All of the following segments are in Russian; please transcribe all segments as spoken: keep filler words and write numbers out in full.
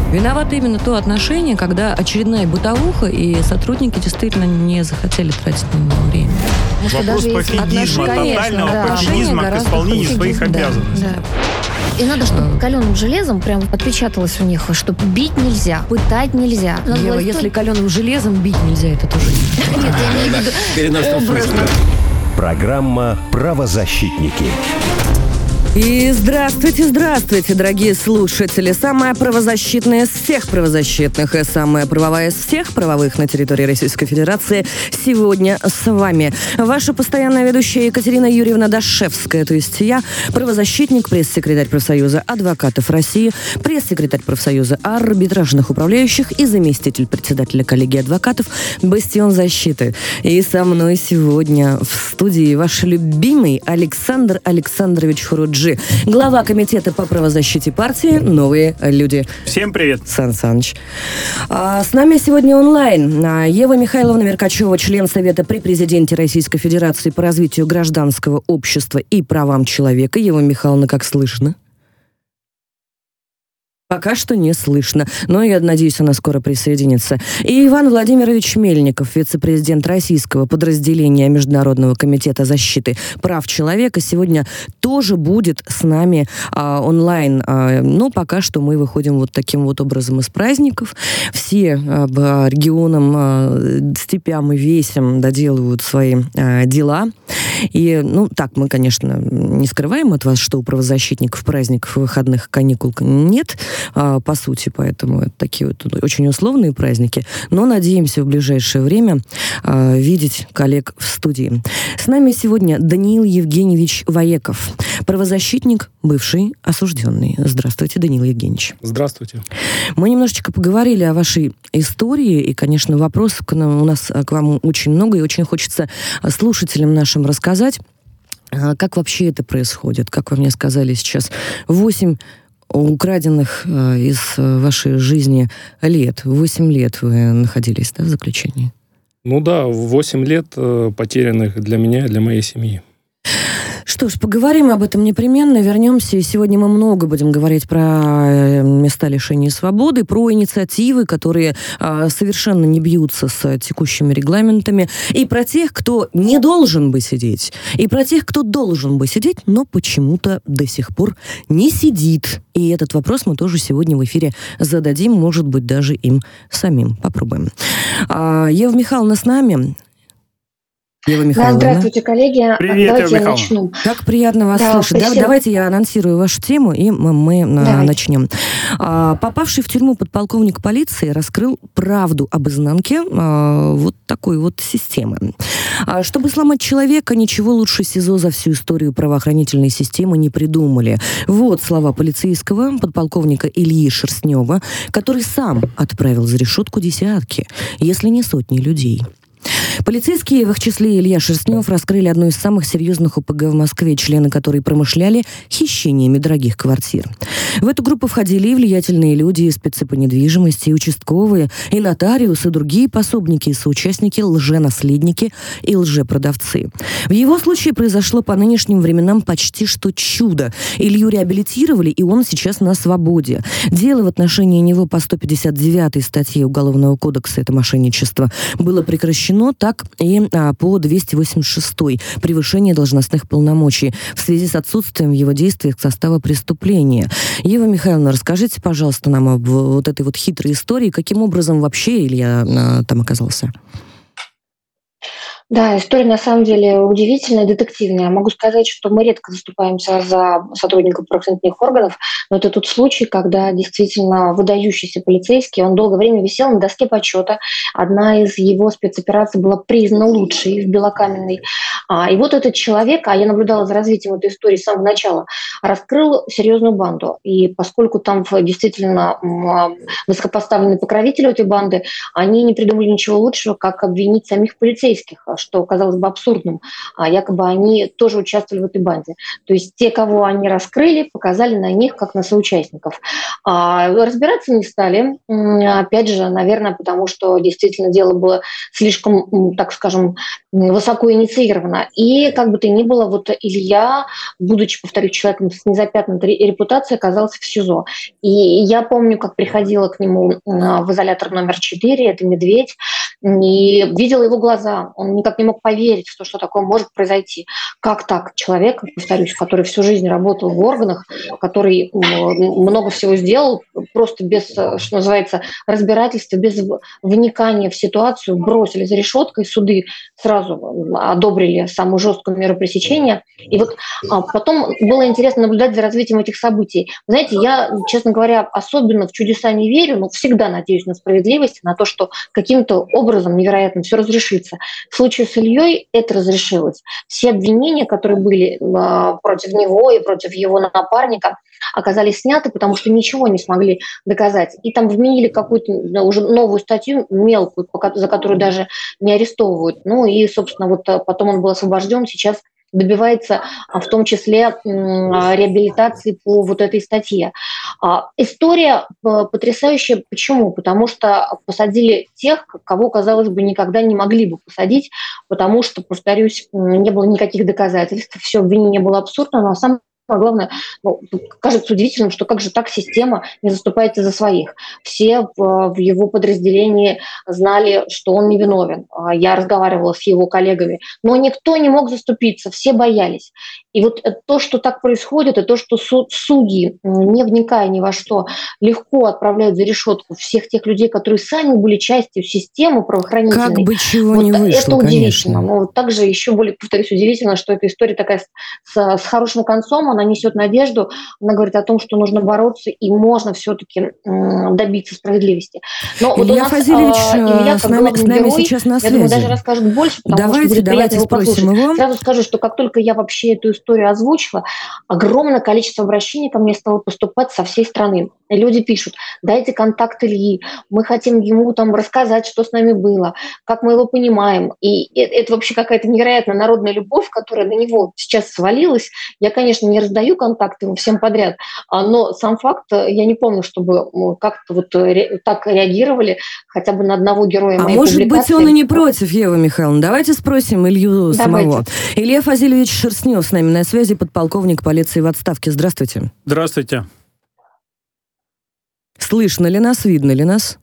Виновато именно то отношение, когда очередная бытовуха, и сотрудники действительно не захотели тратить на него время. Вопрос пофигизма, тотального да, пофигизма к исполнению своих обязанностей. Да, да. И надо, чтобы каленым железом прям отпечаталось у них, что бить нельзя, пытать нельзя. Ева, власть... если каленым железом бить нельзя, это тоже нет. Нет, я имею в виду образно. Программа «Правозащитники». И здравствуйте, здравствуйте, дорогие слушатели. Самая правозащитная из всех правозащитных и самая правовая из всех правовых на территории Российской Федерации сегодня с вами. Ваша постоянная ведущая Екатерина Юрьевна Дашевская, то есть я, правозащитник, пресс-секретарь профсоюза адвокатов России, пресс-секретарь профсоюза арбитражных управляющих и заместитель председателя коллегии адвокатов «Бастион защиты». И со мной сегодня в студии ваш любимый Александр Александрович Хуруджи, глава комитета по правозащите партии «Новые люди». Всем привет. Сан Саныч. А, с нами сегодня онлайн Ева Михайловна Меркачева, член Совета при президенте Российской Федерации по развитию гражданского общества и правам человека. Ева Михайловна, как слышно? Пока что не слышно, но я надеюсь, она скоро присоединится. И Иван Владимирович Мельников, вице-президент российского подразделения Международного комитета защиты прав человека, сегодня тоже будет с нами а, онлайн. А, но пока что мы выходим вот таким вот образом из праздников. Все а, по регионам, а, степям и весям доделывают свои а, дела. И, ну, так, мы, конечно, не скрываем от вас, что у правозащитников праздников, выходных, каникул нет, а, по сути, поэтому это такие вот очень условные праздники, но надеемся в ближайшее время а, видеть коллег в студии. С нами сегодня Даниил Евгеньевич Воеков, правозащитник, бывший осужденный. Здравствуйте, Даниил Евгеньевич. Здравствуйте. Мы немножечко поговорили о вашей истории, и, конечно, вопросов к нам, у нас к вам очень много, и очень хочется слушателям нашим рассказать, как вообще это происходит. Как вы мне сказали сейчас, восемь украденных э, из вашей жизни лет. Восемь лет вы находились, да, в заключении? Ну да, восемь лет э, потерянных для меня и для моей семьи. Что ж, поговорим об этом непременно, вернемся. И сегодня мы много будем говорить про места лишения свободы, про инициативы, которые а, совершенно не бьются с текущими регламентами, и про тех, кто не должен бы сидеть, и про тех, кто должен бы сидеть, но почему-то до сих пор не сидит. И этот вопрос мы тоже сегодня в эфире зададим, может быть, даже им самим. Попробуем. А, Ева Михайловна с нами. Ева Михайловна. Да, здравствуйте, коллеги. Привет, давайте Ева я начну. Как приятно вас да, слышать. Да, давайте я анонсирую вашу тему, и мы, мы начнем. А, попавший в тюрьму подполковник полиции раскрыл правду об изнанке а, вот такой вот системы. А, чтобы сломать человека, ничего лучше СИЗО за всю историю правоохранительной системы не придумали. Вот слова полицейского подполковника Ильи Шерстнева, который сам отправил за решетку десятки, если не сотни людей. Полицейские, в их числе Илья Шерстнев, раскрыли одну из самых серьезных ОПГ в Москве, члены которой промышляли хищениями дорогих квартир. В эту группу входили и влиятельные люди, и спецы по недвижимости, и участковые, и нотариусы, и другие пособники, и соучастники, лженаследники и лжепродавцы. В его случае произошло по нынешним временам почти что чудо. Илью реабилитировали, и он сейчас на свободе. Дело в отношении него по сто пятьдесят девятой статье Уголовного кодекса, это мошенничество, было прекращено, так и а, по двести восемьдесят шестой превышение должностных полномочий в связи с отсутствием в его действиях состава преступления. Ева Михайловна, расскажите, пожалуйста, нам об вот этой вот хитрой истории, каким образом вообще Илья а, там оказался? Да, история на самом деле удивительная, детективная. Могу сказать, что мы редко заступаемся за сотрудников правоохранительных органов, но это тот случай, когда действительно выдающийся полицейский, он долгое время висел на доске почета. Одна из его спецопераций была признана лучшей в Белокаменной. И вот этот человек, а я наблюдала за развитием этой истории с самого начала, раскрыл серьезную банду. И поскольку там действительно высокопоставленные покровители этой банды, они не придумали ничего лучшего, как обвинить самих полицейских что казалось бы абсурдным, якобы они тоже участвовали в этой банде. То есть те, кого они раскрыли, показали на них как на соучастников. Разбираться не стали, опять же, наверное, потому что действительно дело было слишком, так скажем, высоко инициировано. И как бы то ни было, вот Илья, будучи, повторюсь, человеком с незапятнанной репутацией, оказался в СИЗО. И я помню, как приходила к нему в изолятор номер четыре, это Медведь, и видела его глаза. Он никак не мог поверить в то, что такое может произойти. Как так? Человек, повторюсь, который всю жизнь работал в органах, который много всего сделал, просто без, что называется, разбирательства, без вникания в ситуацию, бросили за решеткой, суды сразу одобрили самую жесткую меру пресечения. И вот потом было интересно наблюдать за развитием этих событий. Знаете, я, честно говоря, особенно в чудеса не верю, но всегда надеюсь на справедливость, на то, что каким-то образом невероятно все разрешится. В случае с Ильей это разрешилось. Все обвинения, которые были против него и против его напарника, оказались сняты, потому что ничего не смогли доказать. И там вменили какую-то уже новую статью, мелкую, за которую даже не арестовывают. Ну и, собственно, вот потом он был освобожден, сейчас добивается в том числе реабилитации по вот этой статье. История потрясающая. Почему? Потому что посадили тех, кого, казалось бы, никогда не могли бы посадить, потому что, повторюсь, не было никаких доказательств, все обвинение было абсурдно, но сам А главное, ну, кажется удивительным, что как же так система не заступается за своих. Все в, в его подразделении знали, что он невиновен. Я разговаривала с его коллегами, но никто не мог заступиться, все боялись. И вот то, что так происходит, и то, что суд, судьи, не вникая ни во что, легко отправляют за решетку всех тех людей, которые сами были частью системы правоохранительной. Как бы чего вот не вышло, это удивительно. конечно. Но также еще более, повторюсь, удивительно, что эта история такая с, с хорошим концом, она несет надежду, она говорит о том, что нужно бороться и можно все-таки м, добиться справедливости. Но Илья вот у нас Фазильевич э, Илья, с как нами, с нами герой, сейчас на я думаю, связи. даже расскажет больше, потому Давайте, что будет давайте приятно его спросим послушать. его. Сразу скажу, что как только я вообще эту историю озвучила, огромное количество обращений ко мне стало поступать со всей страны. И люди пишут: дайте контакт Ильи, мы хотим ему там рассказать, что с нами было, как мы его понимаем. И это, это вообще какая-то невероятная народная любовь, которая на него сейчас свалилась. Я, конечно, не раздаю контакты ему всем подряд, но сам факт, я не помню, чтобы как-то вот так реагировали хотя бы на одного героя а моей может публикации. быть, он и не против, Ева Михайловна. Давайте спросим Илью Давайте. самого. Илья Фазильевич Шерстнев с нами на связи, подполковник полиции в отставке. Здравствуйте. Здравствуйте. Слышно ли нас, видно ли нас?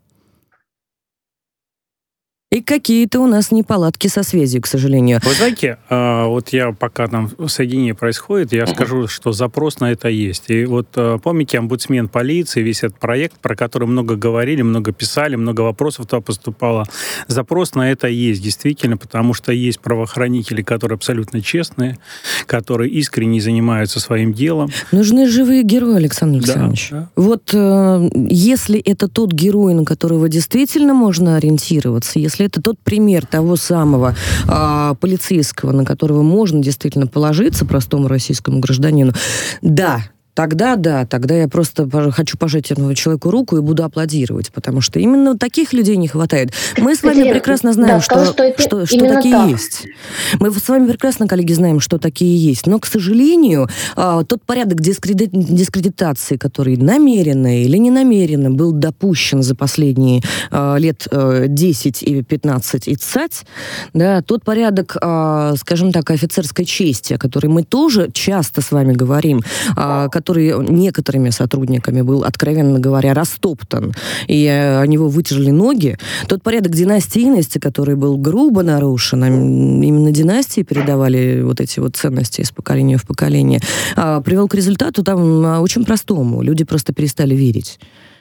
И какие-то у нас неполадки со связью, к сожалению. Вы знаете, вот я, пока там соединение происходит, я скажу, что запрос на это есть. И вот помните, омбудсмен полиции, весь этот проект, про который много говорили, много писали, много вопросов туда поступало. Запрос на это есть, действительно, потому что есть правоохранители, которые абсолютно честные, которые искренне занимаются своим делом. Нужны живые герои, Александр Александрович. Да, да. Вот э, если это тот герой, на которого действительно можно ориентироваться, если это тот пример того самого а, полицейского, на которого можно действительно положиться простому российскому гражданину, да, тогда да, тогда я просто хочу пожать этому человеку руку и буду аплодировать, потому что именно таких людей не хватает. Мы с вами Катерина, прекрасно знаем, да, что, что, что, что такие так. есть. Мы с вами прекрасно, коллеги, знаем, что такие есть. Но, к сожалению, тот порядок дискреди... дискредитации, который намеренно или ненамеренно был допущен за последние лет десять и пятнадцать и цать, да, тот порядок, скажем так, офицерской чести, о которой мы тоже часто с вами говорим, который некоторыми сотрудниками был, откровенно говоря, растоптан, и о него вытерли ноги, тот порядок династийности, который был грубо нарушен, именно династии передавали вот эти вот ценности из поколения в поколение, привел к результату там очень простому. Люди просто перестали верить.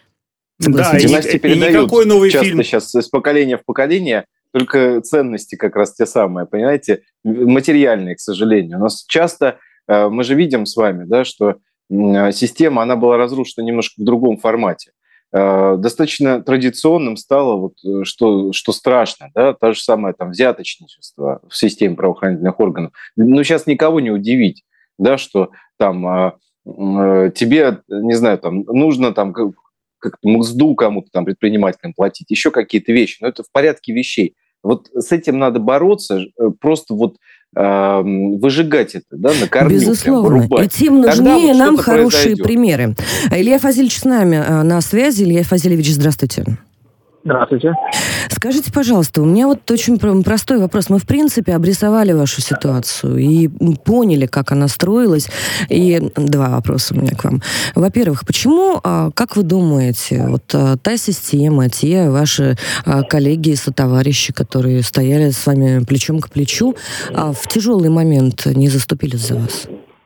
Да, и, династии передают никакой новый часто фильм. Сейчас из поколения в поколение, только ценности как раз те самые, понимаете, материальные, к сожалению. У нас часто, мы же видим с вами, да, что система, она была разрушена немножко в другом формате. Достаточно традиционным стало, вот, что, что страшно, да, то же самое там, взяточничество в системе правоохранительных органов. Ну, сейчас никого не удивить, да, что там тебе, не знаю, там, нужно там, как-то мзду кому-то, там, предпринимателям платить, еще какие-то вещи. Но это в порядке вещей. Вот с этим надо бороться, просто вот э, выжигать это, да, на корню. Безусловно. Прям, и тем нужнее вот нам хорошие произойдет. Примеры. Илья Фазильевич с нами на связи. Илья Фазильевич, здравствуйте. Здравствуйте. Скажите, пожалуйста, у меня вот очень простой вопрос. Мы, в принципе, обрисовали вашу ситуацию и поняли, как она строилась. И два вопроса у меня к вам. Во-первых, почему, как вы думаете, вот та система, те ваши коллеги и сотоварищи, которые стояли с вами плечом к плечу, в тяжелый момент не заступились за вас?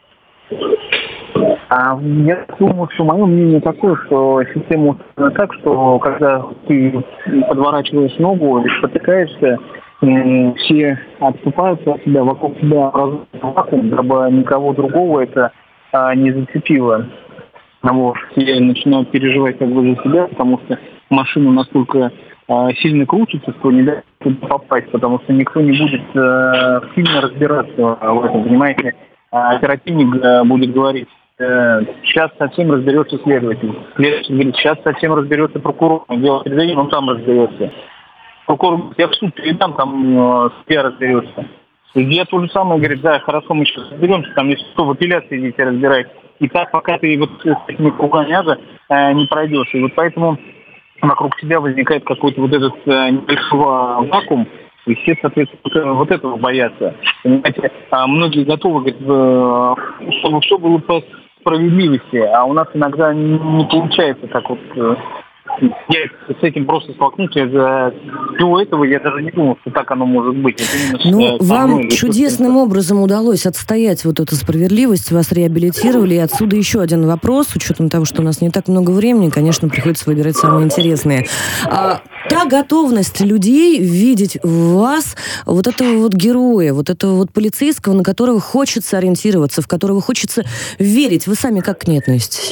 А я думаю, что мое мнение такое, что система устроена так, что когда ты подворачиваешь ногу или спотыкаешься, все отступаются от тебя, вокруг тебя образуется вакуум, дабы никого другого это а, не зацепило. Вот. Все начинают переживать как бы за себя, потому что машина настолько а, сильно крутится, что не дает туда попасть, потому что никто не будет а, сильно разбираться в этом, понимаете. А оперативник а, будет говорить: сейчас совсем разберется следователь. Следователь говорит: сейчас совсем разберется прокурор. Дело передаю, он там разберется. Прокурор говорит: я в суд передам, там судья разберется. Судья то же самое говорит: да, хорошо, мы сейчас разберемся, там если что, в апелляции идите разбирать. И так, пока ты вот с этими кругами ада э, не пройдешь. И вот поэтому вокруг тебя возникает какой-то вот этот э, небольшой вакуум. И все, соответственно, вот этого боятся. Понимаете, а многие готовы, говорят, чтобы все было по справедливости, а у нас иногда не получается так вот. Я с этим просто столкнулся. До этого я даже не думал, что так оно может быть. Ну, вам чудесным образом удалось отстоять вот эту справедливость, вас реабилитировали, и отсюда еще один вопрос, с учетом того, что у нас не так много времени, конечно, приходится выбирать самые интересные. А, та готовность людей видеть в вас вот этого вот героя, вот этого вот полицейского, на которого хочется ориентироваться, в которого хочется верить. Вы сами как к ней относитесь?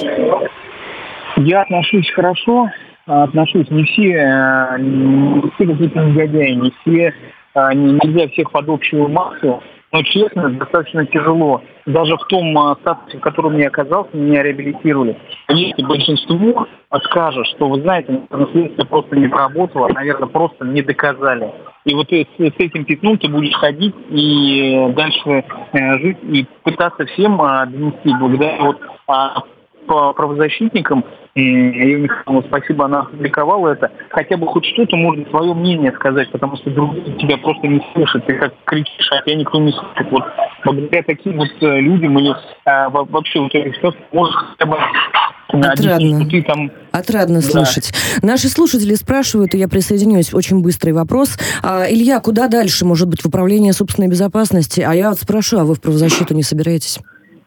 Я отношусь хорошо, отношусь. Не все, не все какие-то негодяи, не все, нельзя всех под общую массу, но, честно, достаточно тяжело. Даже в том статусе, в котором я оказался, меня реабилитировали. Если большинство скажет, что, вы знаете, следствие просто не проработало, наверное, просто не доказали. И вот с этим пятном ты будешь ходить и дальше жить, и пытаться всем донести благодаря вот по правозащитникам, Елене Михайловне спасибо, она опубликовала это, хотя бы хоть что-то можно свое мнение сказать, потому что другие тебя просто не слышат, ты как кричишь, а тебя никто не слышит. Вот благодаря таким вот людям или а, вообще вот этих ситуаций может хотя бы... Отрадно. Ты там... Отрадно да. слышать. Наши слушатели спрашивают, и я присоединюсь, очень быстрый вопрос. А, Илья, куда дальше? Может быть, в управление собственной безопасности? А я вот спрошу, а вы в правозащиту не собираетесь?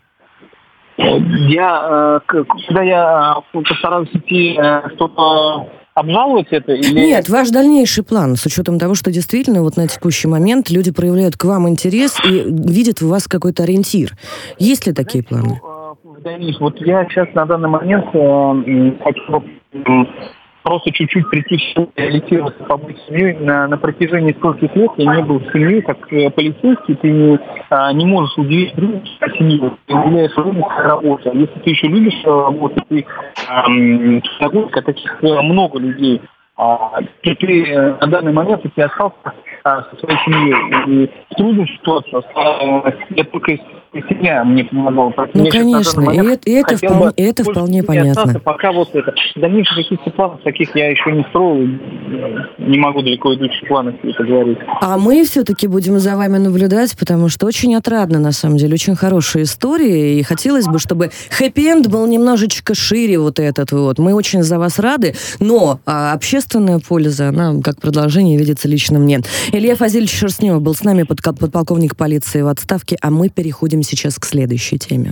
Я, когда я постараюсь идти, что-то обжаловать это? Или... Нет, ваш дальнейший план, с учетом того, что действительно вот на текущий момент люди проявляют к вам интерес и видят в вас какой-то ориентир. Есть ли такие планы? Вот я сейчас на данный момент э, хочу просто чуть-чуть прийти в семью, реализироваться, побыть семьей. На, на протяжении стольких лет я не был в семье, как э, полицейский, ты не, а, не можешь удивить другую семью, ты уделяешь время своей работе. А если ты еще любишь работу, ты а, таких много людей, а, то ты а, на данный момент ты остался а, со своей семьей. И в трудную ситуацию а, я только семья мне помогала. Ну, я конечно, момент, и это, вполне, это вполне понятно. Остаться, пока вот это. Дальнейших каких-то планов таких я еще не строил, не могу далеко идущих планов это говорить. А мы все-таки будем за вами наблюдать, потому что очень отрадно, на самом деле, очень хорошая история, и хотелось бы, чтобы хэппи-энд был немножечко шире вот этот вот. Мы очень за вас рады, но а, общественная польза, она как продолжение видится лично мне. Илья Фазильевич Шерстнев был с нами, подполковник полиции в отставке, а мы переходим сейчас к следующей теме.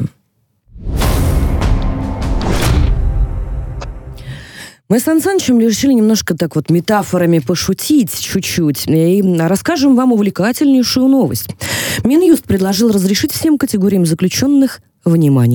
Мы с Сан Санычем решили немножко так вот метафорами пошутить чуть-чуть и расскажем вам увлекательнейшую новость. Минюст предложил разрешить всем категориям заключенных, внимание,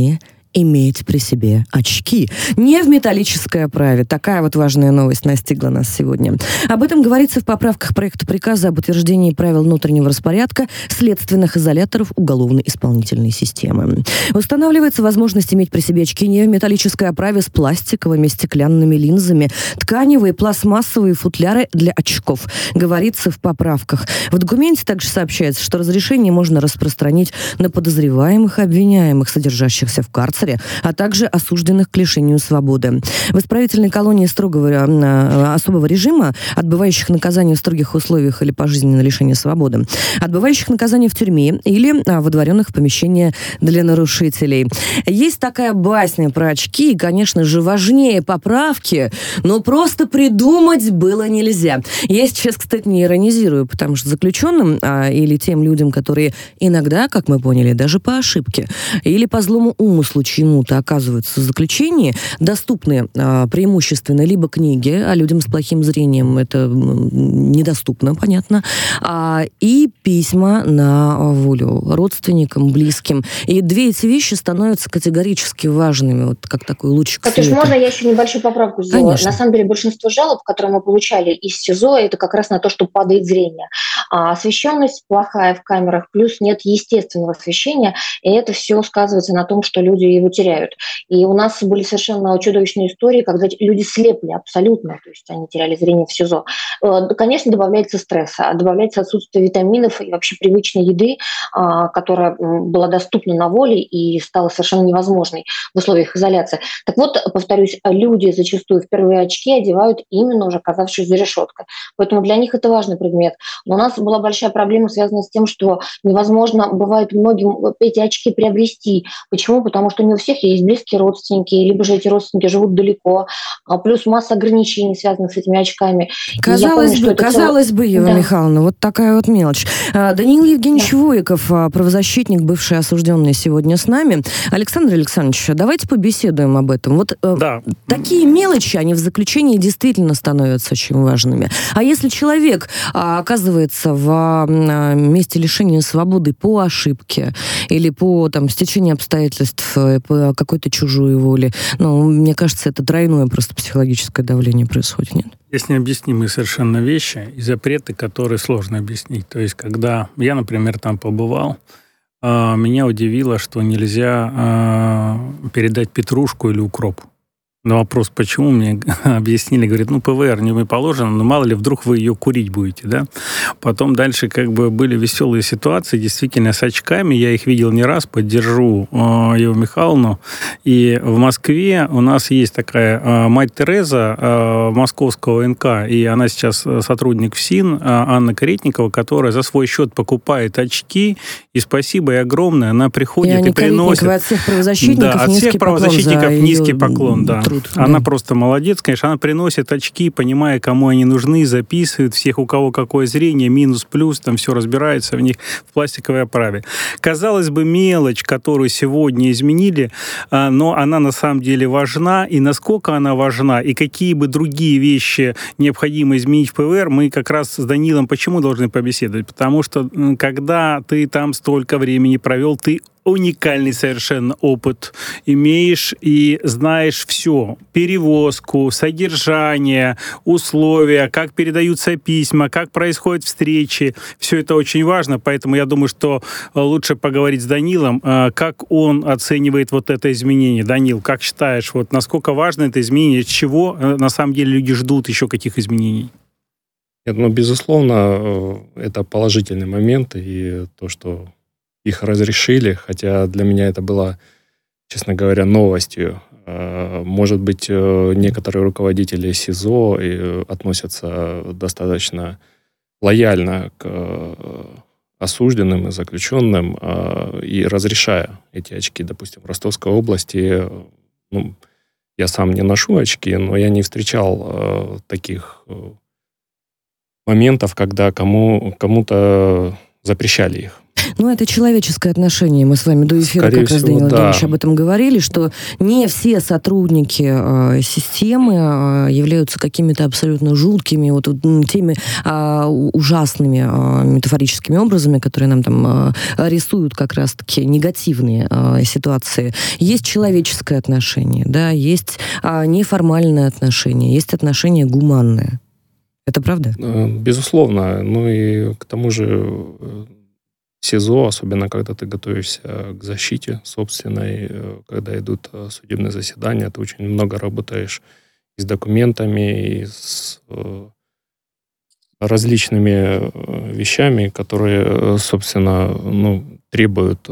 иметь при себе очки. Не в металлической оправе. Такая вот важная новость настигла нас сегодня. Об этом говорится в поправках проекта приказа об утверждении правил внутреннего распорядка следственных изоляторов уголовно-исполнительной системы. Устанавливается возможность иметь при себе очки не в металлической оправе с пластиковыми, стеклянными линзами, тканевые, пластмассовые футляры для очков. Говорится в поправках. В документе также сообщается, что разрешение можно распространить на подозреваемых и обвиняемых, содержащихся в карцере, а также осужденных к лишению свободы. В исправительной колонии строгого э, особого режима, отбывающих наказание в строгих условиях или пожизненное лишение свободы, отбывающих наказание в тюрьме или а, водворенных в помещения для нарушителей. Есть такая басня про очки, и, конечно же, важнее поправки, но просто придумать было нельзя. Я сейчас, кстати, не иронизирую, потому что заключенным а, или тем людям, которые иногда, как мы поняли, даже по ошибке или по злому умыслу чему-то оказываются в заключении, доступны а, преимущественно либо книги, а людям с плохим зрением это недоступно, понятно, а, и письма на волю родственникам, близким. И две эти вещи становятся категорически важными, вот как такой лучик света. Катюш, можно я еще небольшую поправку сделаю? Конечно. На самом деле большинство жалоб, которые мы получали из СИЗО, это как раз на то, что падает зрение. А освещенность плохая в камерах, плюс нет естественного освещения, и это все сказывается на том, что люди его теряют. И у нас были совершенно чудовищные истории, когда люди слепли абсолютно, то есть они теряли зрение в СИЗО. Конечно, добавляется стресса, добавляется отсутствие витаминов и вообще привычной еды, которая была доступна на воле и стала совершенно невозможной в условиях изоляции. Так вот, повторюсь, люди зачастую впервые очки одевают именно уже оказавшись за решеткой. Поэтому для них это важный предмет. Но у нас была большая проблема, связанная с тем, что невозможно бывает многим эти очки приобрести. Почему? Потому что не у всех есть близкие родственники, либо же эти родственники живут далеко, плюс масса ограничений, связанных с этими очками. Казалось помню, бы, казалось цело... бы, Ева да. Михайловна, вот такая вот мелочь. Даниил Евгеньевич да. Воиков, правозащитник, бывший осужденный, сегодня с нами. Александр Александрович, давайте побеседуем об этом. Вот да. такие мелочи, они в заключении действительно становятся очень важными. А если человек оказывается в месте лишения свободы по ошибке или по там, стечению обстоятельств, по какой-то чужой воле, ну, мне кажется, это тройное просто психологическое давление происходит, нет? Есть необъяснимые совершенно вещи и запреты, которые сложно объяснить. То есть, когда я, например, там побывал, меня удивило, что нельзя передать петрушку или укроп. На вопрос, почему, мне объяснили, говорят, ну, ПВР не положено, но мало ли, вдруг вы ее курить будете, да? Потом дальше как бы были веселые ситуации, действительно, с очками, я их видел не раз, поддержу э, Еву Михайловну, и в Москве у нас есть такая э, мать Тереза э, московского эн ка, и она сейчас сотрудник ФСИН, э, Анна Каретникова, которая за свой счет покупает очки, и спасибо ей огромное, она приходит и, и приносит... от всех правозащитников да, от всех правозащитников низкий поклон, да. Труд, она да. просто молодец, конечно. Она приносит очки, понимая, кому они нужны, записывает всех, у кого какое зрение, минус, плюс, там все разбирается в них в пластиковой оправе. Казалось бы, мелочь, которую сегодня изменили, но она на самом деле важна, и насколько она важна, и какие бы другие вещи необходимо изменить в ПВР, мы как раз с Данилом почему должны побеседовать? Потому что, когда ты там столько времени провел, ты уникальный совершенно опыт имеешь и знаешь все. Перевозку, содержание, условия, как передаются письма, как происходят встречи. Все это очень важно, поэтому я думаю, что лучше поговорить с Данилом, как он оценивает вот это изменение. Данил, как считаешь, вот насколько важно это изменение, чего на самом деле люди ждут еще каких изменений? Нет, ну, безусловно, это положительный момент, и то, что их разрешили, хотя для меня это было, честно говоря, новостью. Может быть, некоторые руководители СИЗО относятся достаточно лояльно к осужденным и заключенным, и разрешая эти очки. Допустим, в Ростовской области, ну, я сам не ношу очки, но я не встречал таких моментов, когда кому, кому-то запрещали их. Ну, это человеческое отношение. Мы с вами до эфира Скорее как раз, всего, Данил да. Евгеньевич, об этом говорили, что не все сотрудники э, системы э, являются какими-то абсолютно жуткими, вот, вот теми э, ужасными э, метафорическими образами, которые нам там э, рисуют как раз-таки негативные э, ситуации. Есть человеческое отношение, да, есть э, неформальное отношение, есть отношение гуманное. Это правда? Безусловно. Ну и к тому же СИЗО, особенно когда ты готовишься к защите собственной, когда идут судебные заседания, ты очень много работаешь и с документами, и с различными вещами, которые, собственно, ну, требуют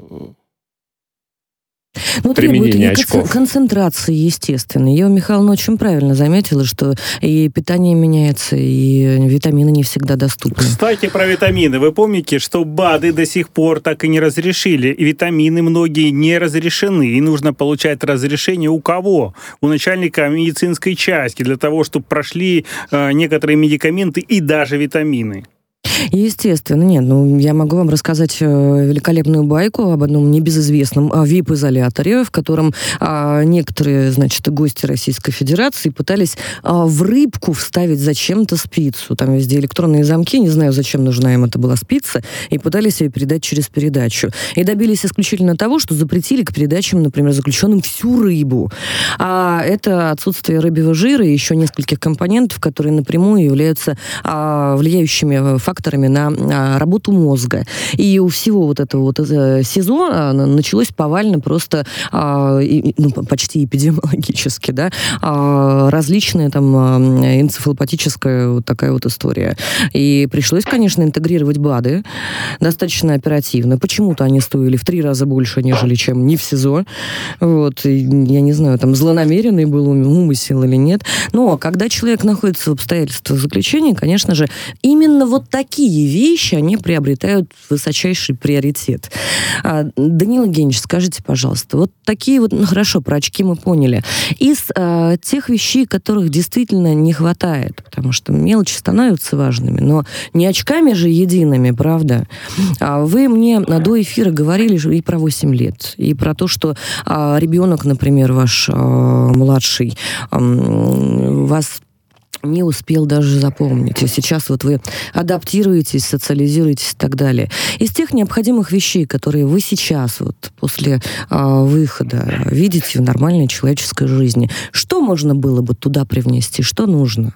Ну, применение требует очков. Концентрации, естественно. Ева Михайловна очень правильно заметила, что и питание меняется, и витамины не всегда доступны. Кстати, про витамины. Вы помните, что БАДы до сих пор так и не разрешили, и витамины многие не разрешены, и нужно получать разрешение у кого? У начальника медицинской части, для того, чтобы прошли э, некоторые медикаменты и даже витамины. Естественно, нет. Ну, я могу вам рассказать великолепную байку об одном небезызвестном ви ай пи-изоляторе, в котором а, некоторые, значит, гости Российской Федерации пытались а, в рыбку вставить зачем-то спицу. Там везде электронные замки, не знаю, зачем нужна им эта была спица, и пытались ее передать через передачу. И добились исключительно того, что запретили к передачам, например, заключенным всю рыбу. А это отсутствие рыбьего жира и еще нескольких компонентов, которые напрямую являются а, влияющими факторами на а, работу мозга. И у всего вот этого вот э, СИЗО а, началось повально просто а, и, ну, почти эпидемиологически, да, а, различная там а, энцефалопатическая вот такая вот история. И пришлось, конечно, интегрировать БАДы достаточно оперативно. Почему-то они стоили в три раза больше, нежели чем не в СИЗО. Вот. И, я не знаю, там злонамеренный был умысел или нет. Но когда человек находится в обстоятельствах заключения, конечно же, именно вот такие Такие вещи, они приобретают высочайший приоритет. А, Данил Евгеньевич, скажите, пожалуйста, вот такие вот, ну хорошо, про очки мы поняли. Из а, тех вещей, которых действительно не хватает, потому что мелочи становятся важными, но не очками же едиными, правда? А, вы мне до эфира говорили и про восемь лет, и про то, что а, ребенок, например, ваш а, младший, а, вас не успел даже запомнить. И сейчас вот вы адаптируетесь, социализируетесь и так далее. Из тех необходимых вещей, которые вы сейчас вот после а, выхода видите в нормальной человеческой жизни, что можно было бы туда привнести? Что нужно?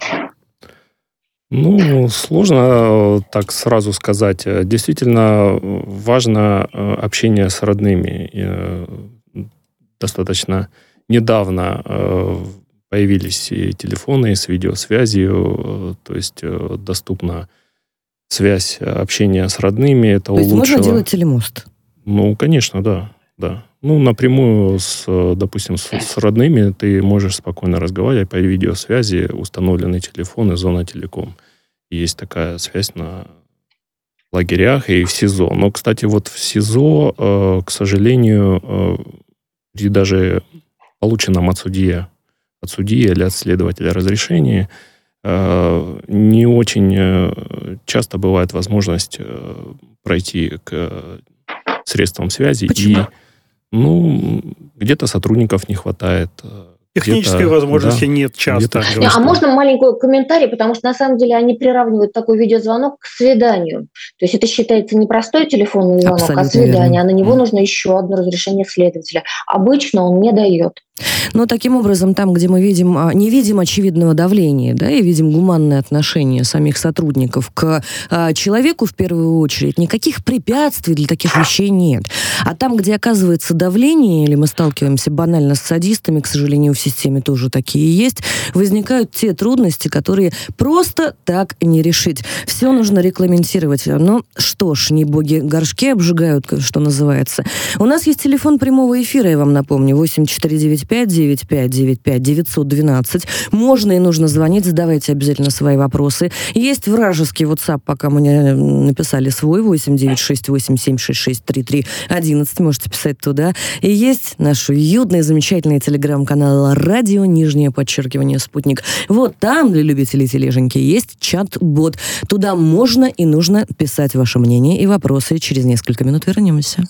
Ну, сложно так сразу сказать. Действительно важно общение с родными. Достаточно недавно появились и телефоны с видеосвязью, то есть доступна связь, общение с родными. Это то есть улучшило. Можно делать телемост? Ну, конечно, да. да. Ну, напрямую, с, допустим, с, с родными ты можешь спокойно разговаривать по видеосвязи, установленный телефон и зона телеком. Есть такая связь на лагерях и в СИЗО. Но, кстати, вот в СИЗО, к сожалению, при даже полученном от судьи от судьи или от следователя разрешение, не очень часто бывает возможность пройти к средствам связи. Почему? И, ну, где-то сотрудников не хватает. Технической возможности да, нет часто. А можно маленький комментарий, потому что на самом деле они приравнивают такой видеозвонок к свиданию. То есть это считается не простой телефонный звонок, абсолютно а свидание. Верно. А на него нужно еще одно разрешение следователя. Обычно он не дает. Но таким образом, там, где мы видим, не видим очевидного давления, да, и видим гуманное отношение самих сотрудников к а, человеку в первую очередь, никаких препятствий для таких вещей нет. А там, где оказывается давление, или мы сталкиваемся банально с садистами, к сожалению, в системе тоже такие есть, возникают те трудности, которые просто так не решить. Все нужно регламентировать. Но что ж, не боги горшки обжигают, что называется. У нас есть телефон прямого эфира, я вам напомню, восемь четыре девять пять девять пять девять пять девятьсот двенадцать. Можно и нужно звонить, задавайте обязательно свои вопросы. Есть вражеский WhatsApp, пока мы не написали свой, восемь девять шесть восемь семь шесть шесть три три одиннадцать. Можете писать туда. И есть наш уютный, замечательный телеграм-канал радио, нижнее подчеркивание «Спутник». Вот там для любителей тележеньки есть чат-бот. Туда можно и нужно писать ваше мнение и вопросы. Через несколько минут вернемся.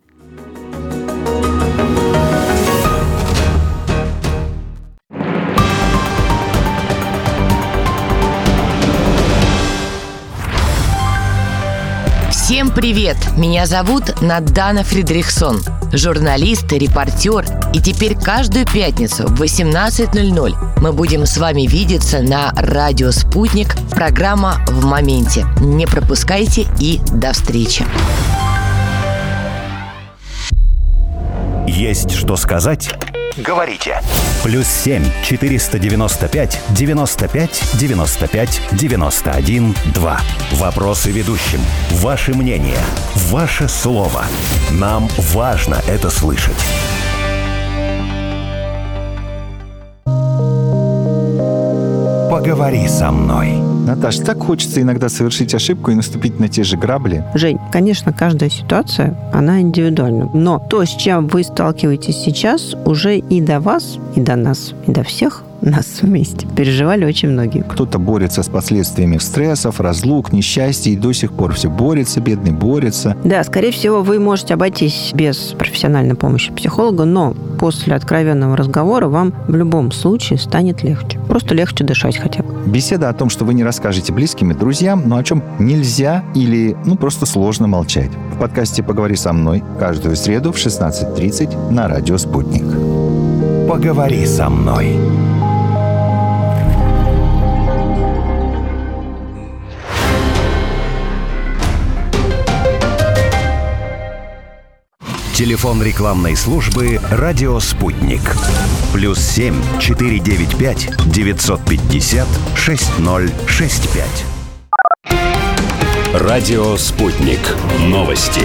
Всем привет! Меня зовут Надана Фридрихсон. Журналист, репортер. И теперь каждую пятницу в восемнадцать ноль ноль мы будем с вами видеться на радио «Спутник». Программа «В моменте». Не пропускайте и до встречи. Есть что сказать? Говорите. Плюс семь четыреста девяносто пять девяносто пять девяносто пять девяносто один два. Вопросы ведущим. Ваше мнение. Ваше слово. Нам важно это слышать. Поговори со мной. Наташ, так хочется иногда совершить ошибку и наступить на те же грабли. Жень, конечно, каждая ситуация, она индивидуальна. Но то, с чем вы сталкиваетесь сейчас, уже и до вас, и до нас, и до всех нас вместе переживали очень многие. Кто-то борется с последствиями стрессов, разлук, несчастья, и до сих пор все борется, бедный борется. Да, скорее всего, вы можете обойтись без профессиональной помощи психолога, но после откровенного разговора вам в любом случае станет легче. Просто легче дышать хотя бы. Беседа о том, что вы не расскажете близким и друзьям, но о чем нельзя или, ну, просто сложно молчать. В подкасте «Поговори со мной» каждую среду в шестнадцать тридцать на радио «Спутник». Поговори со мной. Телефон рекламной службы «Радио Спутник». Плюс семь четыре девять пять девятьсот пятьдесят шесть ноль шесть пять. Радио Спутник. Новости.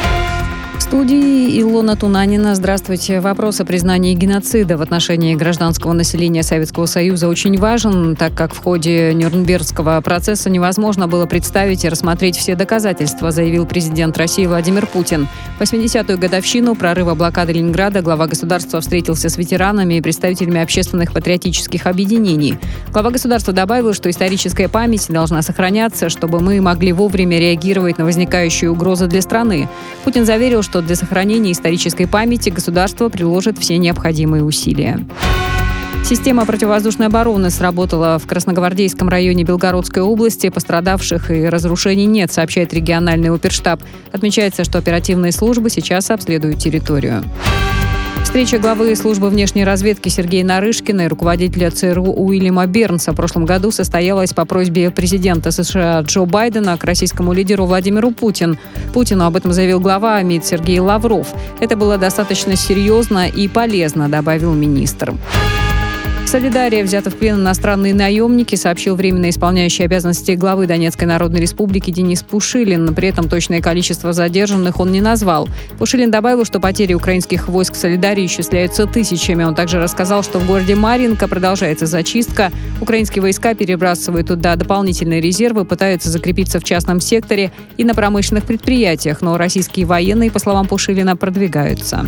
В студии Илона Тунанина. Здравствуйте. Вопрос о признании геноцида в отношении гражданского населения Советского Союза очень важен, так как в ходе Нюрнбергского процесса невозможно было представить и рассмотреть все доказательства, заявил президент России Владимир Путин. В восьмидесятую годовщину прорыва блокады Ленинграда глава государства встретился с ветеранами и представителями общественных патриотических объединений. Глава государства добавил, что историческая память должна сохраняться, чтобы мы могли вовремя реагировать на возникающие угрозы для страны. Путин заверил, что для сохранения исторической памяти государство приложит все необходимые усилия. Система противовоздушной обороны сработала в Красногвардейском районе Белгородской области. Пострадавших и разрушений нет, сообщает региональный оперштаб. Отмечается, что оперативные службы сейчас обследуют территорию. Встреча главы службы внешней разведки Сергея Нарышкина и руководителя ЦРУ Уильяма Бернса в прошлом году состоялась по просьбе президента США Джо Байдена к российскому лидеру Владимиру Путину. Путину об этом заявил глава МИД Сергей Лавров. Это было достаточно серьезно и полезно, добавил министр. В Солидаре взяты в плен иностранные наемники, сообщил временно исполняющий обязанности главы Донецкой Народной Республики Денис Пушилин. При этом точное количество задержанных он не назвал. Пушилин добавил, что потери украинских войск в Солидаре исчисляются тысячами. Он также рассказал, что в городе Марьинка продолжается зачистка. Украинские войска перебрасывают туда дополнительные резервы, пытаются закрепиться в частном секторе и на промышленных предприятиях. Но российские военные, по словам Пушилина, продвигаются.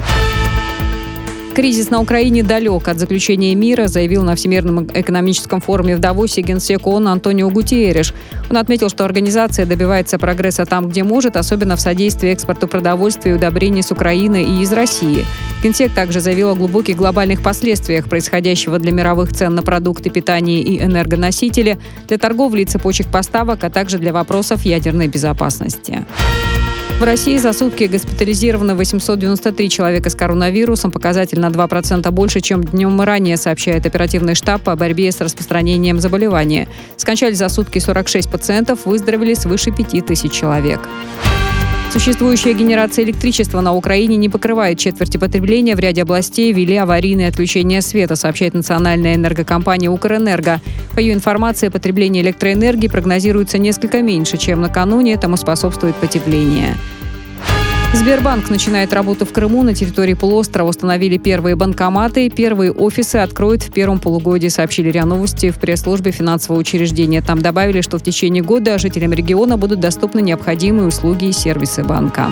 Кризис на Украине далек от заключения мира, заявил на Всемирном экономическом форуме в Давосе генсек ООН Антонио Гутиерреш. Он отметил, что организация добивается прогресса там, где может, особенно в содействии экспорту продовольствия и удобрений с Украины и из России. Генсек также заявил о глубоких глобальных последствиях происходящего для мировых цен на продукты питания и энергоносители, для торговли и цепочек поставок, а также для вопросов ядерной безопасности. В России за сутки госпитализировано восемьсот девяносто три человека с коронавирусом, показатель на два процента больше, чем днем ранее, сообщает оперативный штаб по борьбе с распространением заболевания. Скончались за сутки сорок шесть пациентов, выздоровели свыше пяти тысяч человек. Существующая генерация электричества на Украине не покрывает четверти потребления. В ряде областей ввели аварийное отключение света, сообщает национальная энергокомпания «Укрэнерго». По ее информации, потребление электроэнергии прогнозируется несколько меньше, чем накануне. Этому способствует потепление. Сбербанк начинает работу в Крыму. На территории полуострова установили первые банкоматы. Первые офисы откроют в первом полугодии, сообщили РИА Новости в пресс-службе финансового учреждения. Там добавили, что в течение года жителям региона будут доступны необходимые услуги и сервисы банка.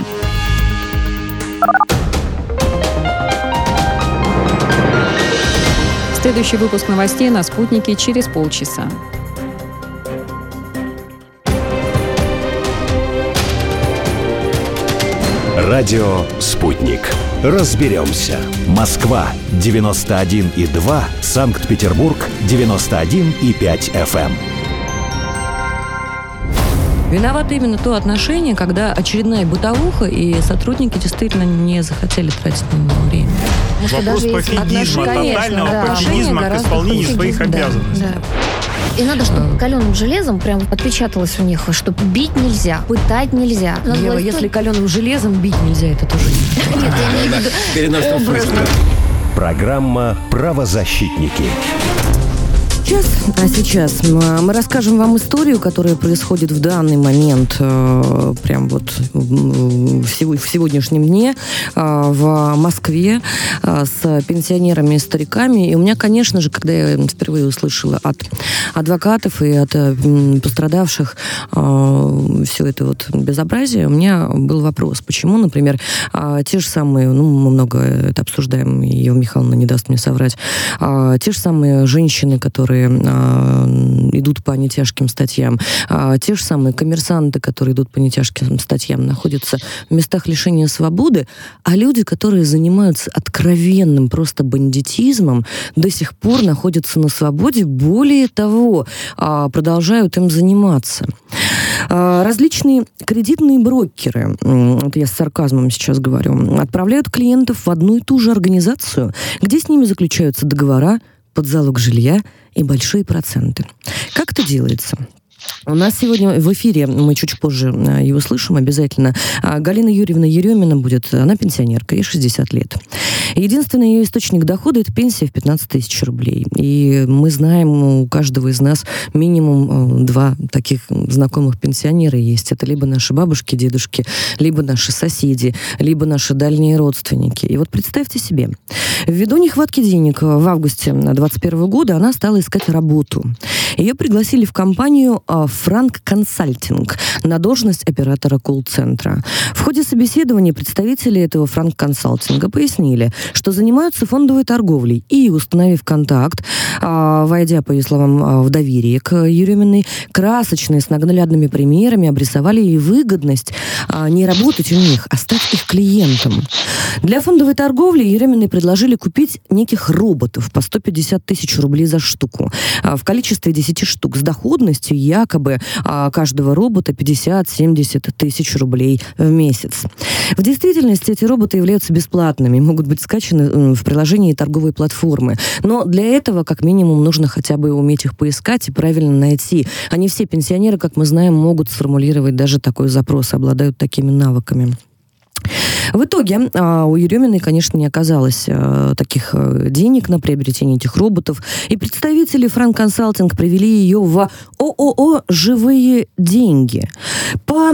Следующий выпуск новостей на «Спутнике» через полчаса. Радио «Спутник». Разберемся. Москва девяносто один и два, Санкт-Петербург девяносто один и пять эф эм. Виновато именно то отношение, когда очередная бытовуха, и сотрудники действительно не захотели тратить на него время. Вопрос пофигизма, тотального да. пофигизма к исполнению своих да, обязанностей. Да. И надо, чтобы каленым железом прям отпечаталось у них, что бить нельзя, пытать нельзя. Ева, власть... если каленым железом бить нельзя, это тоже не... Нет, я имею в виду образно. Программа «Правозащитники». Сейчас, а сейчас мы расскажем вам историю, которая происходит в данный момент, э, прям вот в, в сегодняшнем дне э, в Москве э, с пенсионерами и стариками. И у меня, конечно же, когда я впервые услышала от адвокатов и от э, пострадавших э, все это вот безобразие, у меня был вопрос, почему, например, э, те же самые, ну, мы много это обсуждаем, и Ева Михайловна не даст мне соврать, э, те же самые женщины, которые идут по нетяжким статьям. А те же самые коммерсанты, которые идут по нетяжким статьям, находятся в местах лишения свободы, а люди, которые занимаются откровенным просто бандитизмом, до сих пор находятся на свободе, более того, продолжают им заниматься. Различные кредитные брокеры, это я с сарказмом сейчас говорю, отправляют клиентов в одну и ту же организацию, где с ними заключаются договора под залог жилья и большие проценты. Как это делается? У нас сегодня в эфире, мы чуть позже его слышим обязательно, Галина Юрьевна Еремина будет, она пенсионерка, ей шестьдесят лет. Единственный ее источник дохода – это пенсия в пятнадцать тысяч рублей. И мы знаем, у каждого из нас минимум два таких знакомых пенсионера есть. Это либо наши бабушки, дедушки, либо наши соседи, либо наши дальние родственники. И вот представьте себе, ввиду нехватки денег в августе двадцать первого года она стала искать работу. Ее пригласили в компанию «Франк Консалтинг» на должность оператора колл-центра. В ходе собеседования представители этого «Франк Консалтинга» пояснили, что занимаются фондовой торговлей, и, установив контакт, войдя, по ее словам, в доверие к Ереминой, красочно с наглядными примерами обрисовали ей выгодность не работать у них, а стать их клиентом. Для фондовой торговли Ереминой предложили купить неких роботов по сто пятьдесят тысяч рублей за штуку в количестве десять штук с доходностью якобы каждого робота пятьдесят-семьдесят тысяч рублей в месяц. В действительности эти роботы являются бесплатными, могут быть скачаны в приложении торговой платформы. Но для этого, как минимум, нужно хотя бы уметь их поискать и правильно найти. А не все пенсионеры, как мы знаем, могут сформулировать даже такой запрос, обладают такими навыками. В итоге у Ереминой, конечно, не оказалось таких денег на приобретение этих роботов, и представители Франк Консалтинг привели ее в ООО «Живые деньги». По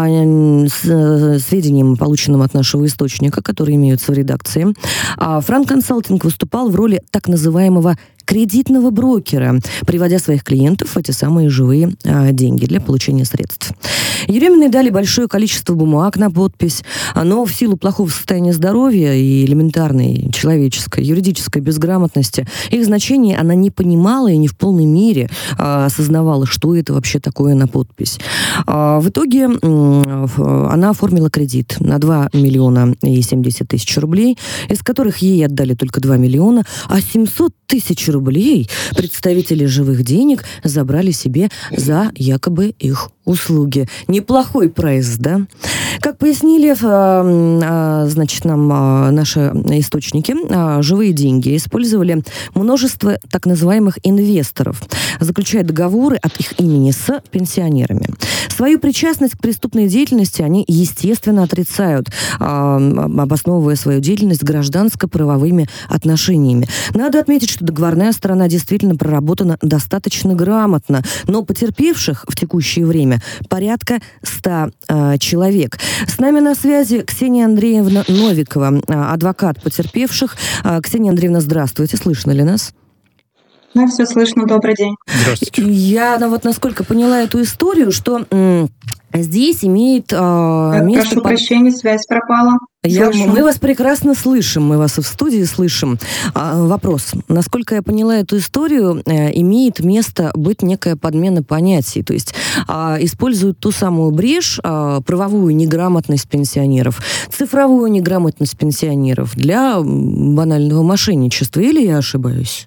сведениям, полученным от нашего источника, которые имеются в редакции, Франк Консалтинг выступал в роли так называемого кредитного брокера, приводя своих клиентов в эти самые живые а, деньги для получения средств. Ереминой дали большое количество бумаг на подпись, но в силу плохого состояния здоровья и элементарной человеческой, юридической безграмотности их значение она не понимала и не в полной мере а, осознавала, что это вообще такое на подпись. А, в итоге а, она оформила кредит на два миллиона и семьдесят тысяч рублей, из которых ей отдали только два миллиона, а семьсот тысяч рублей представители живых денег забрали себе за якобы их услуги. Неплохой прайс, да? Как пояснили, значит, нам наши источники, живые деньги использовали множество так называемых инвесторов, заключая договоры от их имени с пенсионерами. Свою причастность к преступной деятельности они, естественно, отрицают, обосновывая свою деятельность гражданско-правовыми отношениями. Надо отметить, что договорная сторона действительно проработана достаточно грамотно, но потерпевших в текущее время порядка ста э, человек. С нами на связи Ксения Андреевна Новикова, адвокат потерпевших. Ксения Андреевна, здравствуйте. Слышно ли нас? Да, все слышно. Добрый день. Здравствуйте. Я ну, вот насколько поняла эту историю, что м- здесь имеет э, место... Прошу прощения, связь пропала. Я, мы вас прекрасно слышим, мы вас и в студии слышим. А, вопрос. Насколько я поняла эту историю, э, имеет место быть некая подмена понятий. То есть э, используют ту самую брешь, э, правовую неграмотность пенсионеров, цифровую неграмотность пенсионеров для банального мошенничества. Или я ошибаюсь?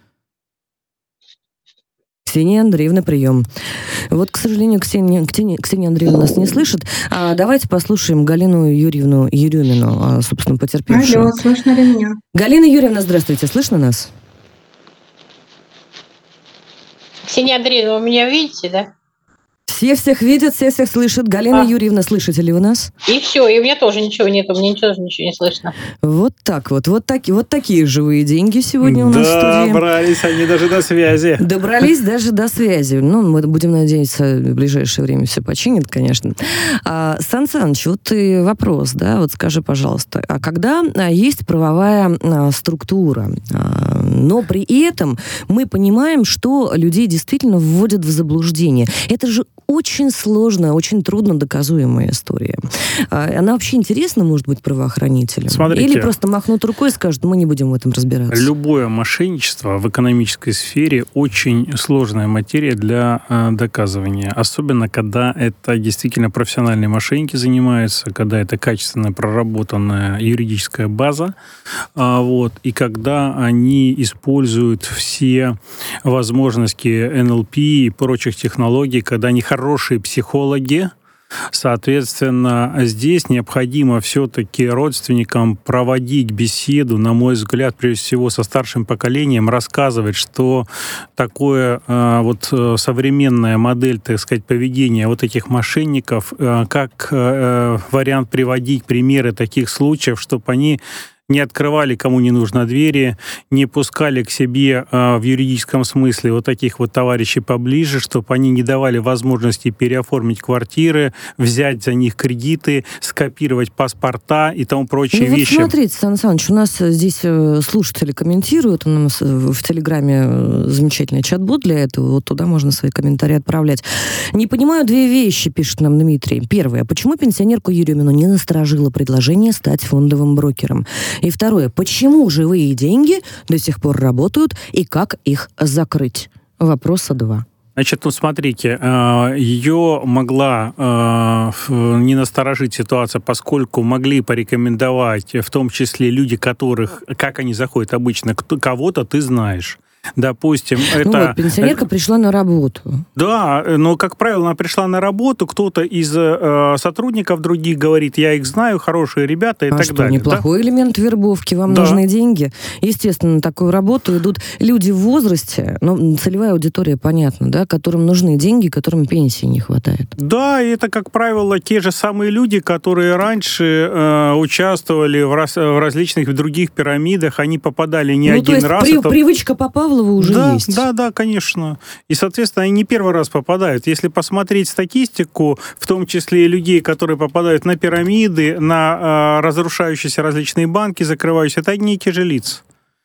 Ксения Андреевна, прием. Вот, к сожалению, Ксения, Ксения, Ксения Андреевна нас не слышит. А давайте послушаем Галину Юрьевну Ерюмину, а, собственно, потерпевшую. Алло, слышно ли меня? Галина Юрьевна, здравствуйте, слышно нас? Ксения Андреевна, вы меня видите, да? Все всех видят, все всех слышат. Галина а. Юрьевна, слышите ли вы нас? И все, и у меня тоже ничего нету, мне тоже ничего не слышно. Вот так вот, вот, так, вот такие живые деньги сегодня у нас в студии. Добрались они даже до связи. Добрались даже до связи. Ну, мы будем надеяться, в ближайшее время все починит, конечно. А, Сан Саныч, вот и вопрос, да, вот скажи, пожалуйста, а когда есть правовая а, структура, а, но при этом мы понимаем, что людей действительно вводят в заблуждение. Это же очень сложная, очень трудно доказуемая история. Она вообще интересна, может быть, правоохранителям? Смотрите, или просто махнут рукой и скажут, мы не будем в этом разбираться? Любое мошенничество в экономической сфере очень сложная материя для э, доказывания. Особенно, когда это действительно профессиональные мошенники занимаются, когда это качественно проработанная юридическая база, э, вот, и когда они используют все возможности эн эл пи и прочих технологий, когда они хорошие психологи. Соответственно, здесь необходимо все-таки родственникам проводить беседу, на мой взгляд, прежде всего со старшим поколением, рассказывать, что такое э, вот современная модель, так сказать, поведения вот этих мошенников, э, как э, вариант приводить примеры таких случаев, чтобы они не открывали кому не нужно двери, не пускали к себе э, в юридическом смысле вот таких вот товарищей поближе, чтобы они не давали возможности переоформить квартиры, взять за них кредиты, скопировать паспорта и тому прочие ну, вещи. Вот смотрите, Сан Саныч, у нас здесь слушатели комментируют, у нас в Телеграме замечательный чат-бот для этого, вот туда можно свои комментарии отправлять. Не понимаю две вещи, пишет нам Дмитрий. Первое, почему пенсионерку Ерюмину не насторожило предложение стать фондовым брокером? И второе, почему живые деньги до сих пор работают и как их закрыть? Вопроса два. Значит, ну смотрите, ее могла не насторожить ситуация, поскольку могли порекомендовать, в том числе люди, которых, как они заходят обычно, кого-то ты знаешь. Допустим, ну это... Вот, пенсионерка пришла на работу. Да, но, как правило, она пришла на работу, кто-то из э, сотрудников других говорит, я их знаю, хорошие ребята и а так что, далее. Неплохой да? элемент вербовки, вам да. нужны деньги. Естественно, на такую работу идут люди в возрасте, ну, целевая аудитория, понятно, да, которым нужны деньги, которым пенсии не хватает. Да, и это, как правило, те же самые люди, которые раньше э, участвовали в, раз, в различных других пирамидах, они попадали не ну, один то есть раз. При, это... Привычка попала уже да, есть. Да, да, конечно. И, соответственно, они не первый раз попадают. Если посмотреть статистику, в том числе и людей, которые попадают на пирамиды, на э, разрушающиеся различные банки, закрывающиеся, это одни и те же лица.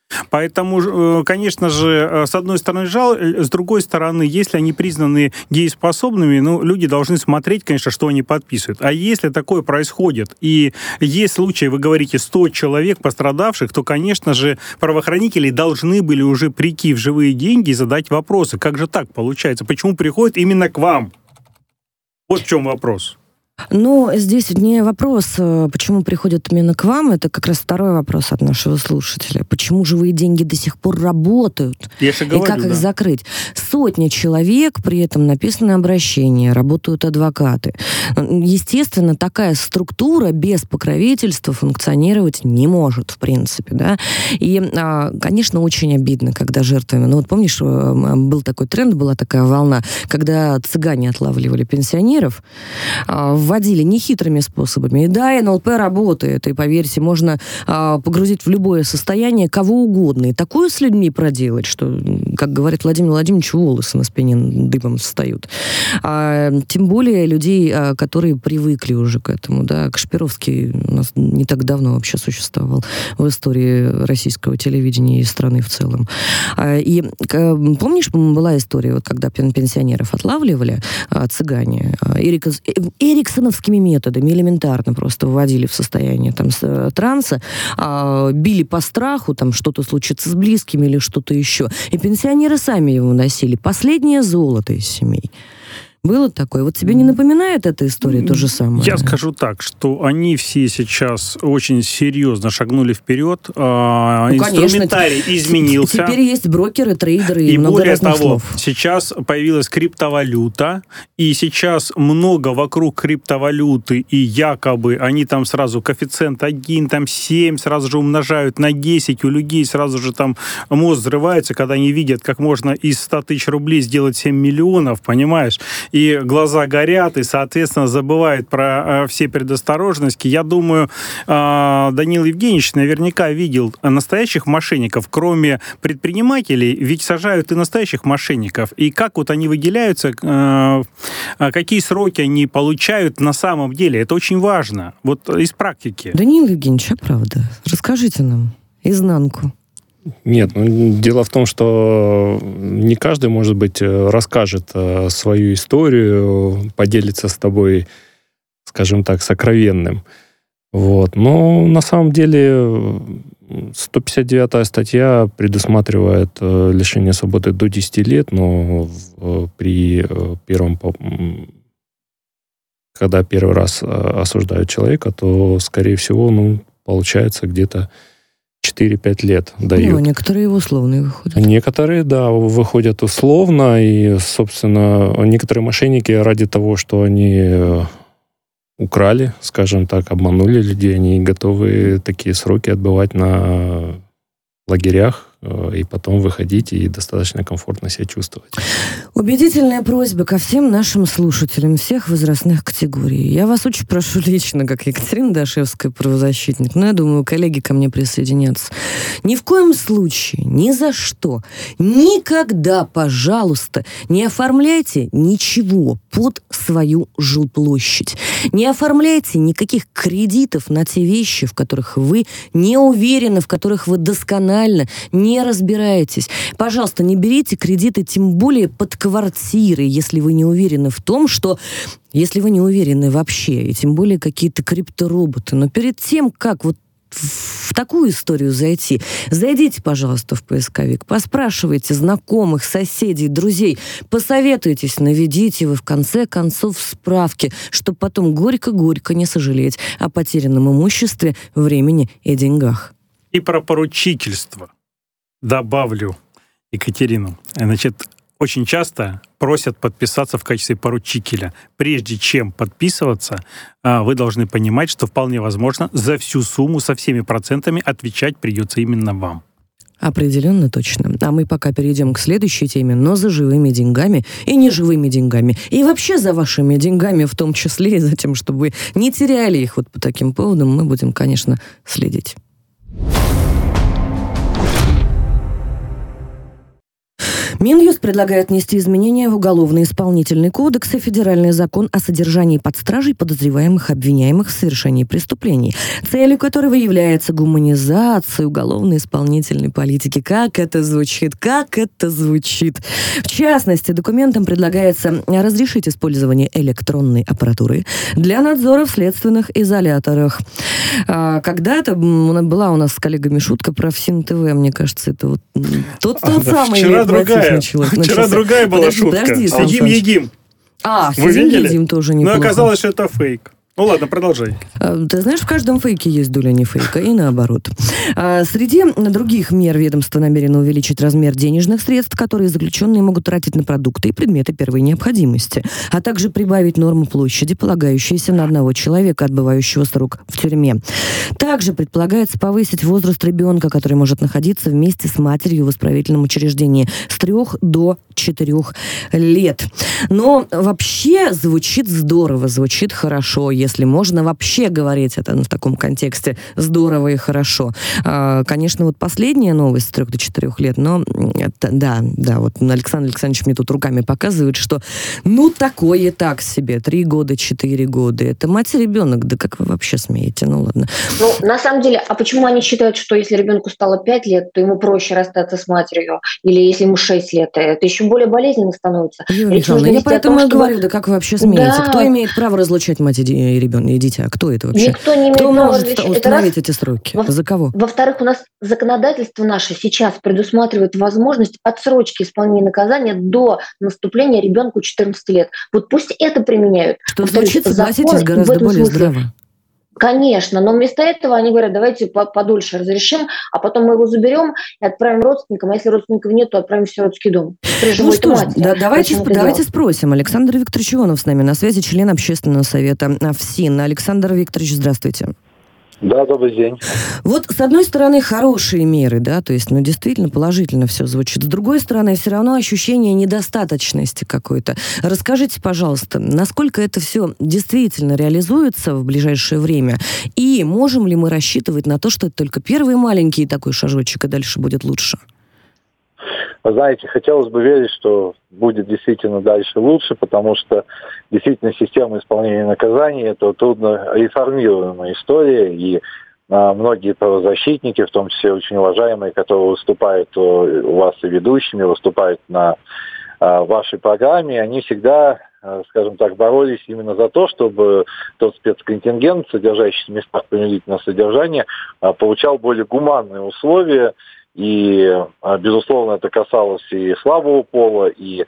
Поэтому, конечно же, с одной стороны жал, с другой стороны, если они признаны дееспособными, ну, люди должны смотреть, конечно, что они подписывают. А если такое происходит, и есть случаи, вы говорите, сто человек пострадавших, то, конечно же, правоохранители должны были уже прийти в живые деньги и задать вопросы. Как же так получается? Почему приходят именно к вам? Вот в чем вопрос. Ну, здесь не вопрос, почему приходят именно к вам, это как раз второй вопрос от нашего слушателя. Почему живые деньги до сих пор работают? Я же говорю, и как да. их закрыть? Сотни человек, при этом написано обращение, работают адвокаты. Естественно, такая структура без покровительства функционировать не может, в принципе, да. И, конечно, очень обидно, когда жертвами... Ну, вот помнишь, был такой тренд, была такая волна, когда цыгане отлавливали пенсионеров, вводили нехитрыми способами. И да, эн эл пэ работает, и, поверьте, можно а, погрузить в любое состояние кого угодно. И такое с людьми проделать, что как говорит Владимир Владимирович, волосы на спине дыбом встают. А, тем более людей, которые привыкли уже к этому. Да. Кашпировский у нас не так давно вообще существовал в истории российского телевидения и страны в целом. А, и помнишь, была история, вот, когда пенсионеров отлавливали а, цыгане, а, Эрик, эриксоновскими методами элементарно просто вводили в состояние там, с, транса, а, били по страху, там что-то случится с близкими или что-то еще. И пенсионеры сами его носили. Последнее золото из семей. Было такое? Вот тебе не напоминает эта история то же самое? Я скажу так, что они все сейчас очень серьезно шагнули вперед. А, ну, инструментарий конечно, изменился. Теперь есть брокеры, трейдеры и, и много более разных того, слов. Сейчас появилась криптовалюта, и сейчас много вокруг криптовалюты, и якобы они там сразу коэффициент один, там семь сразу же умножают на десять, у людей сразу же там мозг взрывается, когда они видят, как можно из ста тысяч рублей сделать семь миллионов, понимаешь? И глаза горят, и, соответственно, забывают про э, все предосторожности. Я думаю, э, Данил Евгеньевич наверняка видел настоящих мошенников, кроме предпринимателей, ведь сажают и настоящих мошенников. И как вот они выделяются, э, какие сроки они получают на самом деле, это очень важно. Вот из практики. Данил Евгеньевич, а правда? Расскажите нам изнанку. Нет, ну, дело в том, что не каждый, может быть, расскажет э, свою историю, поделится с тобой, скажем так, сокровенным. Вот. Но на самом деле сто пятьдесят девятая статья предусматривает э, лишение свободы до десяти лет, но э, при э, первом, когда первый раз осуждают человека, то, скорее всего, ну, получается где-то четыре-пять лет дают. Ну, некоторые условные выходят. Некоторые, да, выходят условно, и, собственно, некоторые мошенники ради того, что они украли, скажем так, обманули людей, они готовы такие сроки отбывать на лагерях, и потом выходить и достаточно комфортно себя чувствовать. Убедительная просьба ко всем нашим слушателям всех возрастных категорий. Я вас очень прошу лично, как Екатерина Дашевская, правозащитник, но я думаю, коллеги ко мне присоединятся. Ни в коем случае, ни за что, никогда, пожалуйста, не оформляйте ничего под свою жилплощадь. Не оформляйте никаких кредитов на те вещи, в которых вы не уверены, в которых вы досконально не Не разбираетесь. Пожалуйста, не берите кредиты, тем более под квартиры, если вы не уверены в том, что... Если вы не уверены вообще, и тем более какие-то криптороботы. Но перед тем, как вот в такую историю зайти, зайдите, пожалуйста, в поисковик, поспрашивайте знакомых, соседей, друзей, посоветуйтесь, наведите вы в конце концов справки, чтобы потом горько-горько не сожалеть о потерянном имуществе, времени и деньгах. И про поручительство добавлю Екатерину. Значит, очень часто просят подписаться в качестве поручителя. Прежде чем подписываться, вы должны понимать, что вполне возможно за всю сумму со всеми процентами отвечать придется именно вам. Определенно точно. А мы пока перейдем к следующей теме, но за живыми деньгами и неживыми деньгами. И вообще за вашими деньгами в том числе, и за тем, чтобы вы не теряли их вот по таким поводам, мы будем, конечно, следить. Минюст предлагает внести изменения в Уголовно-исполнительный кодекс и Федеральный закон о содержании под стражей подозреваемых, обвиняемых в совершении преступлений, целью которого является гуманизация уголовно-исполнительной политики. Как это звучит? Как это звучит? В частности, документом предлагается разрешить использование электронной аппаратуры для надзора в следственных изоляторах. Когда-то была у нас с коллегами шутка про ФСИН-ТВ, мне кажется, это вот тот, тот самый... Вчера другая. Началось, Вчера начался. другая была подожди, шутка. Подожди, Сидим, едим. А, Сидим, едим тоже неплохо. Но оказалось, что это фейк. Ну ладно, продолжай. Ты знаешь, в каждом фейке есть доля не фейка, и наоборот. Среди других мер ведомство намерено увеличить размер денежных средств, которые заключенные могут тратить на продукты и предметы первой необходимости, а также прибавить норму площади, полагающейся на одного человека, отбывающего срок в тюрьме. Также предполагается повысить возраст ребенка, который может находиться вместе с матерью в исправительном учреждении с трех до четырех лет. Но вообще звучит здорово, звучит хорошо. если можно вообще говорить это в таком контексте, здорово и хорошо. Конечно, вот последняя новость с трех до четырех лет, но это, да, да, вот Александр Александрович мне тут руками показывает, что ну такое так себе, три года, четыре года, это мать и ребенок, да как вы вообще смеете, ну ладно. Ну, на самом деле, а почему они считают, что если ребенку стало пять лет, то ему проще расстаться с матерью, или если ему шесть лет, это еще более болезненно становится? Юлия Михайловна, я поэтому и говорю, да как вы вообще смеете? Да. Кто имеет право разлучать мать и ребенка, и дитя? Кто это вообще? Никто не имеет Кто права может разлучать. установить эти сроки? Во- За кого? Во-вторых, у нас законодательство наше сейчас предусматривает возможность отсрочки исполнения наказания до наступления ребенку четырнадцати лет. Вот пусть это применяют. Что звучит, согласитесь, гораздо более смысле. здраво. Конечно, но вместо этого они говорят, давайте подольше разрешим, а потом мы его заберем и отправим родственникам, а если родственников нет, то отправим в сиротский дом. Ну что ж, да, давайте, давайте спросим. Александр Викторович Ионов с нами на связи, член общественного совета ФСИН. Александр Викторович, здравствуйте. Да, добрый день. Вот, с одной стороны, хорошие меры, да, то есть, ну, действительно положительно все звучит. С другой стороны, все равно ощущение недостаточности какой-то. Расскажите, пожалуйста, насколько это все действительно реализуется в ближайшее время? И можем ли мы рассчитывать на то, что это только первый маленький такой шажочек, и дальше будет лучше? Вы знаете, хотелось бы верить, что будет действительно дальше лучше, потому что действительно система исполнения наказаний – это трудно реформируемая история, и а, многие правозащитники, в том числе очень уважаемые, которые выступают у вас и ведущими, выступают на а, вашей программе, они всегда, а, скажем так, боролись именно за то, чтобы тот спецконтингент, содержащийся в местах принудительного содержания, а, получал более гуманные условия. И, безусловно, это касалось и слабого пола, и э,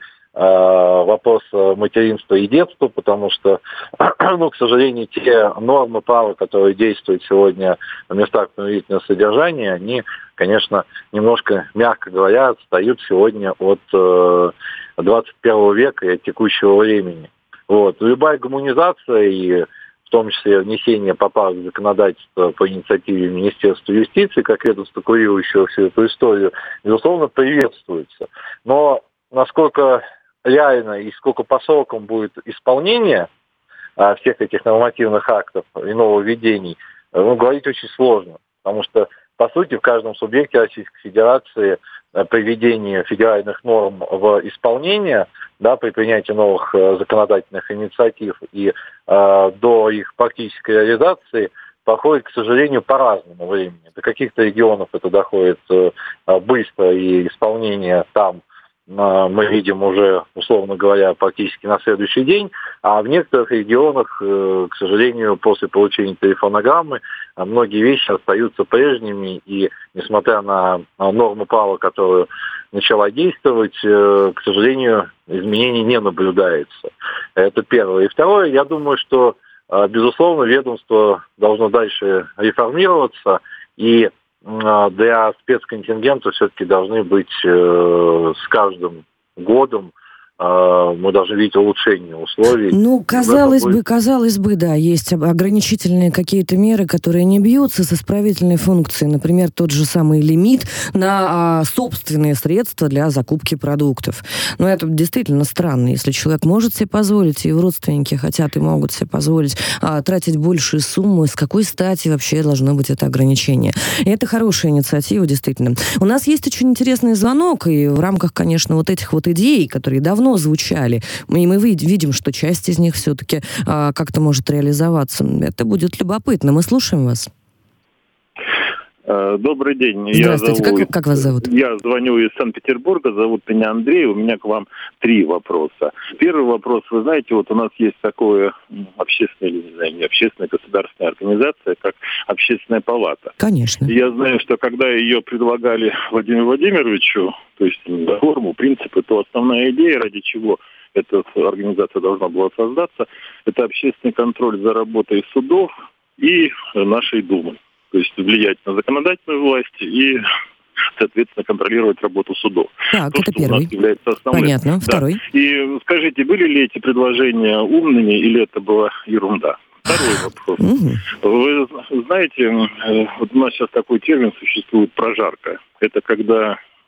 вопроса материнства и детства, потому что, ну, к сожалению, те нормы права, которые действуют сегодня в местах принудительного содержания, они, конечно, немножко, мягко говоря, отстают сегодня от э, двадцать первого века и от текущего времени. Вот. Любая гуманизация и в том числе внесение поправок в законодательство по инициативе Министерства юстиции, как ведомство, курирующего всю эту историю, безусловно, приветствуется. Но насколько реально и сколько по срокам будет исполнение а, всех этих нормативных актов и нововведений, ну, говорить очень сложно. Потому что, по сути, в каждом субъекте Российской Федерации приведение федеральных норм в исполнение, да, при принятии новых э, законодательных инициатив и э, до их практической реализации проходит, к сожалению, по разному времени. До каких-то регионов это доходит э, быстро, и исполнение там э, мы видим уже, условно говоря, практически на следующий день, а в некоторых регионах, э, к сожалению, после получения телефонограммы э, многие вещи остаются прежними, и несмотря на норму права, которую начала действовать, к сожалению, изменений не наблюдается. Это первое. И второе, я думаю, что, безусловно, ведомство должно дальше реформироваться, и для спецконтингента все-таки должны быть с каждым годом, мы должны видеть улучшение условий. Ну, казалось будет... бы, казалось бы, да, есть ограничительные какие-то меры, которые не бьются с исправительной функцией. Например, тот же самый лимит на а, собственные средства для закупки продуктов. Но это действительно странно. Если человек может себе позволить, и его родственники хотят и могут себе позволить а, тратить большую сумму, с какой стати вообще должно быть это ограничение? И это хорошая инициатива, действительно. У нас есть очень интересный звонок, и в рамках, конечно, вот этих вот идей, которые давно звучали, и мы видим, что часть из них все-таки а, как-то может реализоваться. Это будет любопытно. Мы слушаем вас. Добрый день. Здравствуйте. Я зову, как, как вас зовут? Я звоню из Санкт-Петербурга. Зовут меня Андрей. У меня к вам три вопроса. Первый вопрос. Вы знаете, вот у нас есть такое общественное, или не знаю, не общественная государственная организация, как Общественная палата. Конечно. Я знаю, что когда ее предлагали Владимиру Владимировичу, то есть форму, принципы, то основная идея, ради чего эта организация должна была создаться, это общественный контроль за работой судов и нашей Думы. То есть влиять на законодательную власть и, соответственно, контролировать работу судов. Так, то, это что первый. У нас является основным. Понятно. Да. Второй. И скажите, были ли эти предложения умными или это была ерунда? Второй вопрос. Угу. Вы знаете, вот у нас сейчас такой термин существует — прожарка. Это когда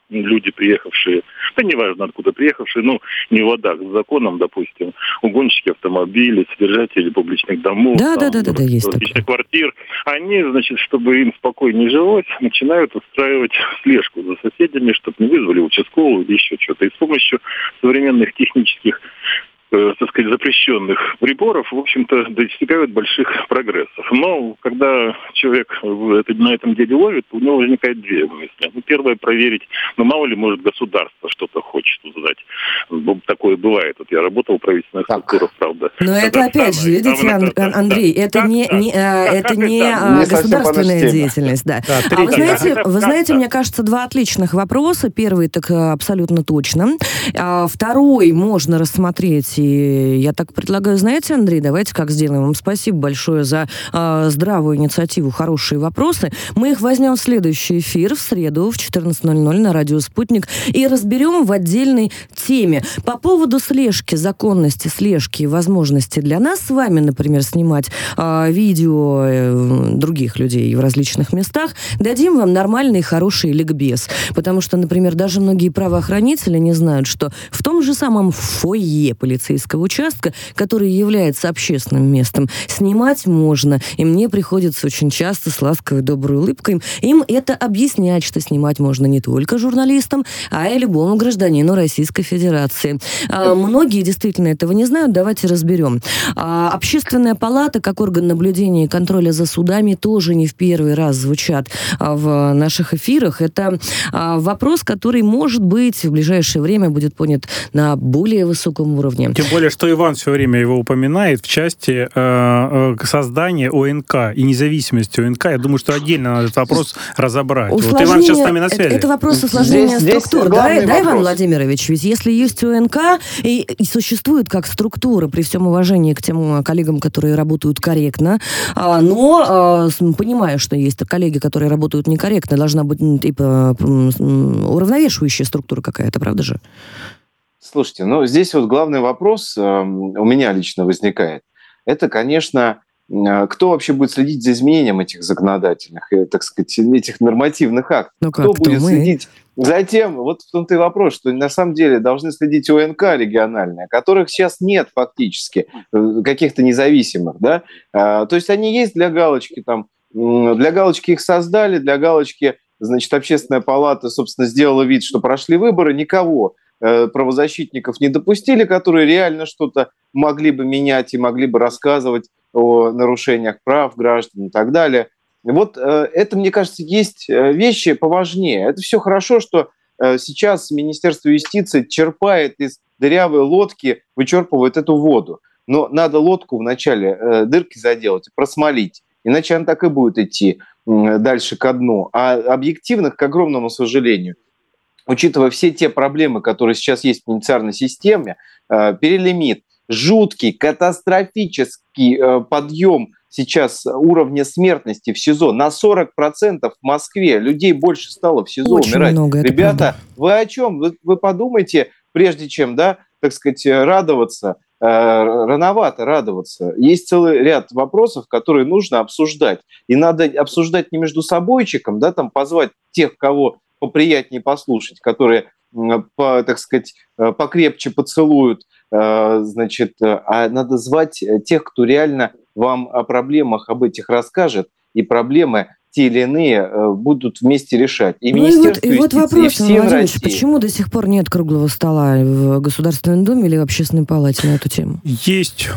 люди, приехавшие, да неважно откуда приехавшие, ну, не в ладах с законом, допустим, угонщики автомобилей, содержатели публичных домов, да, там, да, да, да, есть различных квартир, они, значит, чтобы им спокойнее жилось, начинают устраивать слежку за соседями, чтобы не вызвали участкового или еще что-то. И с помощью современных технических, э, так сказать, запрещенных приборов, в общем-то, достигают больших прогрессов. Но когда человек это, на этом деле ловит, у него возникает две мысли. Ну, первое, проверить, ну, мало ли, может, государство что-то хочет узнать. Такое бывает. Вот я работал в правительственных структурах, правда. Но это, опять же, видите, Ан- Андрей, это не, не, это не государственная деятельность. Да. Да, а вы знаете, вы знаете, мне кажется, два отличных вопроса. Первый, так абсолютно точно. А второй можно рассмотреть, и я так предлагаю, знаете, Андрей, давайте как сделаем. Вам спасибо большое за а, здравую инициативу, хорошие вопросы. Мы их возьмем в следующий эфир в среду в четырнадцать ноль ноль на радио «Спутник» и разберем в отдельной теме. По поводу слежки, законности слежки и возможности для нас с вами, например, снимать а, видео э, других людей в различных местах, дадим вам нормальный, хороший ликбез. Потому что, например, даже многие правоохранители не знают, что в том же самом фойе полицейского участка, который является общественным местом, снимать можно. И мне приходится очень часто с ласковой доброй улыбкой им это объяснять, что снимать можно не только журналистам, а и любому гражданину Российской Федерации. А, многие действительно этого не знают, давайте разберем. А, Общественная палата, как орган наблюдения и контроля за судами, тоже не в первый раз звучат а, в наших эфирах. Это а, вопрос, который, может быть, в ближайшее время будет понят на более высоком уровне. Тем более, что Иван все время его упоминает в части э, создания ОНК и независимости ОНК. Я думаю, что отдельно надо этот вопрос разобрать. Усложнение, вот Иван сейчас с нами на связи. Это, это вопрос осложнения здесь, структур. Здесь да, да, Иван вопрос. Владимирович? Ведь если есть ОНК и, и существует как структура, при всем уважении к тем коллегам, которые работают корректно, а, но а, понимая, что есть коллеги, которые работают некорректно, должна быть типа уравновешивающая структура какая-то, правда же? Слушайте, ну здесь вот главный вопрос э, у меня лично возникает. Это, конечно, э, кто вообще будет следить за изменением этих законодательных, э, так сказать, этих нормативных актов? Ну, кто будет мы? следить за тем, вот в том-то и вопрос, что на самом деле должны следить ОНК региональные, которых сейчас нет фактически, э, каких-то независимых, да? Э, то есть они есть для галочки, там, э, для галочки их создали, для галочки, значит, Общественная палата, собственно, сделала вид, что прошли выборы, никого правозащитников не допустили, которые реально что-то могли бы менять и могли бы рассказывать о нарушениях прав граждан и так далее. Вот это, мне кажется, есть вещи поважнее. Это все хорошо, что сейчас Министерство юстиции черпает из дырявой лодки, вычерпывает эту воду. Но надо лодку вначале дырки заделать, просмолить. Иначе она так и будет идти дальше ко дну. А объективных, к огромному сожалению, учитывая все те проблемы, которые сейчас есть в пенитенциарной системе, перелимит, жуткий, катастрофический подъем сейчас уровня смертности в СИЗО. На сорок процентов в Москве людей больше стало в СИЗО Очень умирать. много, Ребята, вы о чем? Вы, вы подумайте, прежде чем, да, так сказать, радоваться, рановато радоваться. Есть целый ряд вопросов, которые нужно обсуждать. И надо обсуждать не между собойчиком, да, там позвать тех, кого поприятнее послушать, которые, по, так сказать, покрепче поцелуют, значит, а надо звать тех, кто реально вам о проблемах об этих расскажет, и проблемы те или иные будут вместе решать. И ну Министерство и вот, и вот юстиции, вопрос, и всем Владимирович, России. Почему до сих пор нет круглого стола в Государственном Думе или в Общественной палате на эту тему? Есть.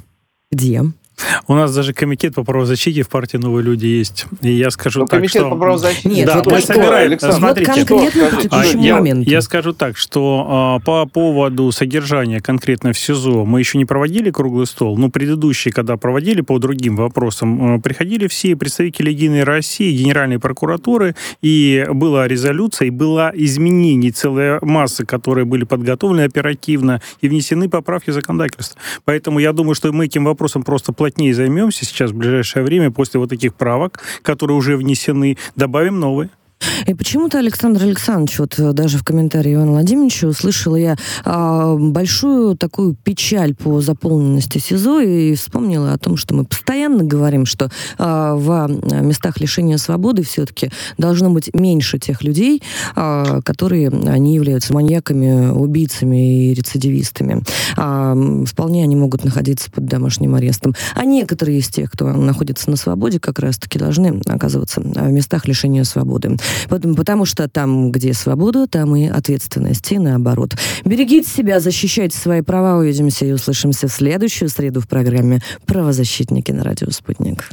Где? У нас даже комитет по правозащите в партии «Новые люди» есть. И я скажу Но так, комитет что... по правозащите... Нет, да, вот мы что, собираем... Александр, Смотрите, вот конкретно по текущему я, моменту. Я скажу так, что а, по поводу содержания конкретно в СИЗО мы еще не проводили круглый стол, но предыдущие, когда проводили по другим вопросам, приходили все представители «Единой России», Генеральной прокуратуры, и была резолюция, и была изменений, целая масса, которые были подготовлены оперативно и внесены поправки в законодательство. Поэтому я думаю, что мы этим вопросом просто плотнее займемся сейчас в ближайшее время, после вот таких правок, которые уже внесены, добавим новые. И почему-то, Александр Александрович, вот даже в комментарии Ивана Владимировича услышала я а, большую такую печаль по заполненности СИЗО и вспомнила о том, что мы постоянно говорим, что а, в местах лишения свободы все-таки должно быть меньше тех людей, а, которые не являются маньяками, убийцами и рецидивистами. А, вполне они могут находиться под домашним арестом. А некоторые из тех, кто находится на свободе, как раз-таки должны оказываться в местах лишения свободы. Потому, потому что там, где свобода, там и ответственность, и наоборот. Берегите себя, защищайте свои права. Увидимся и услышимся в следующую среду в программе «Правозащитники» на радио «Спутник».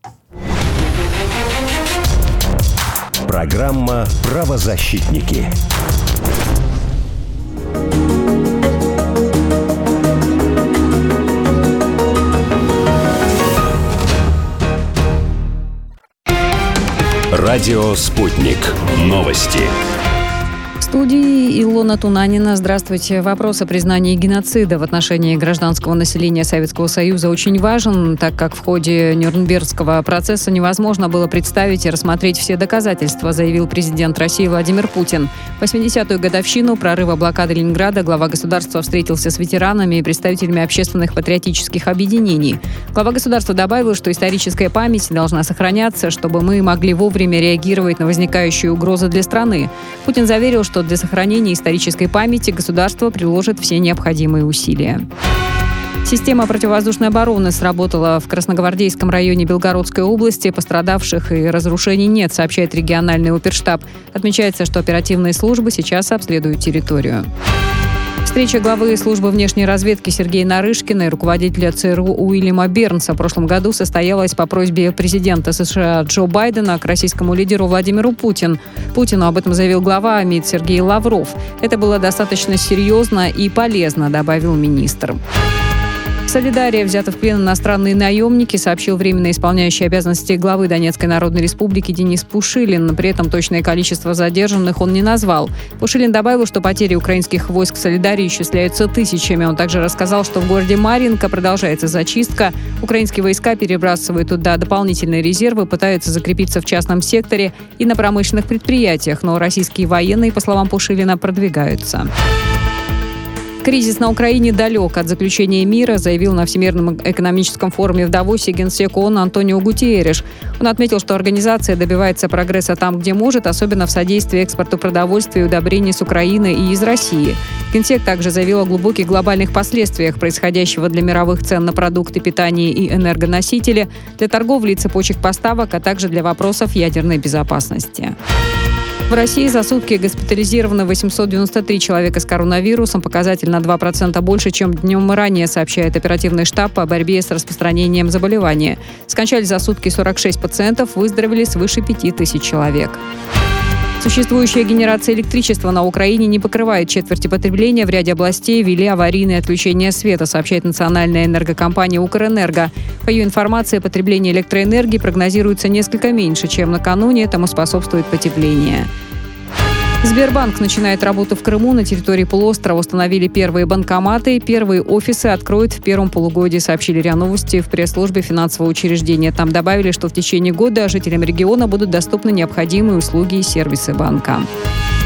Программа «Правозащитники». Радио «Спутник». Новости. В студии Илона Тунанина. Здравствуйте. Вопрос о признании геноцида в отношении гражданского населения Советского Союза очень важен, так как в ходе Нюрнбергского процесса невозможно было представить и рассмотреть все доказательства, заявил президент России Владимир Путин. В восьмидесятую годовщину прорыва блокады Ленинграда глава государства встретился с ветеранами и представителями общественных патриотических объединений. Глава государства добавил, что историческая память должна сохраняться, чтобы мы могли вовремя реагировать на возникающие угрозы для страны. Путин заверил, что для сохранения исторической памяти государство приложит все необходимые усилия. Система противовоздушной обороны сработала в Красногвардейском районе Белгородской области. Пострадавших и разрушений нет, сообщает региональный оперштаб. Отмечается, что оперативные службы сейчас обследуют территорию. Встреча главы службы внешней разведки Сергея Нарышкина и руководителя ЦРУ Уильяма Бернса в прошлом году состоялась по просьбе президента США Джо Байдена к российскому лидеру Владимиру Путину. Путину об этом заявил глава МИД Сергей Лавров. Это было достаточно серьезно и полезно, добавил министр. В Солидаре взяты в плен иностранные наемники, сообщил временно исполняющий обязанности главы Донецкой Народной Республики Денис Пушилин. При этом точное количество задержанных он не назвал. Пушилин добавил, что потери украинских войск в Солидаре исчисляются тысячами. Он также рассказал, что в городе Марьинка продолжается зачистка. Украинские войска перебрасывают туда дополнительные резервы, пытаются закрепиться в частном секторе и на промышленных предприятиях. Но российские военные, по словам Пушилина, продвигаются. Кризис на Украине далек от заключения мира, заявил на Всемирном экономическом форуме в Давосе генсек ООН Антонио Гутиерреш. Он отметил, что организация добивается прогресса там, где может, особенно в содействии экспорту продовольствия и удобрений с Украины и из России. Генсек также заявил о глубоких глобальных последствиях происходящего для мировых цен на продукты питания и энергоносители, для торговли и цепочек поставок, а также для вопросов ядерной безопасности. В России за сутки госпитализировано восемьсот девяносто три человека с коронавирусом, показатель на два процента больше, чем днем ранее, сообщает оперативный штаб по борьбе с распространением заболевания. Скончались за сутки сорок шесть пациентов, выздоровели свыше пяти тысяч человек. Существующая генерация электричества на Украине не покрывает четверти потребления. В ряде областей ввели аварийное отключение света, сообщает национальная энергокомпания «Укрэнерго». По ее информации, потребление электроэнергии прогнозируется несколько меньше, чем накануне. Этому способствует потепление. Сбербанк начинает работу в Крыму. На территории полуострова установили первые банкоматы. Первые офисы откроют в первом полугодии, сообщили РИА Новости в пресс-службе финансового учреждения. Там добавили, что в течение года жителям региона будут доступны необходимые услуги и сервисы банка.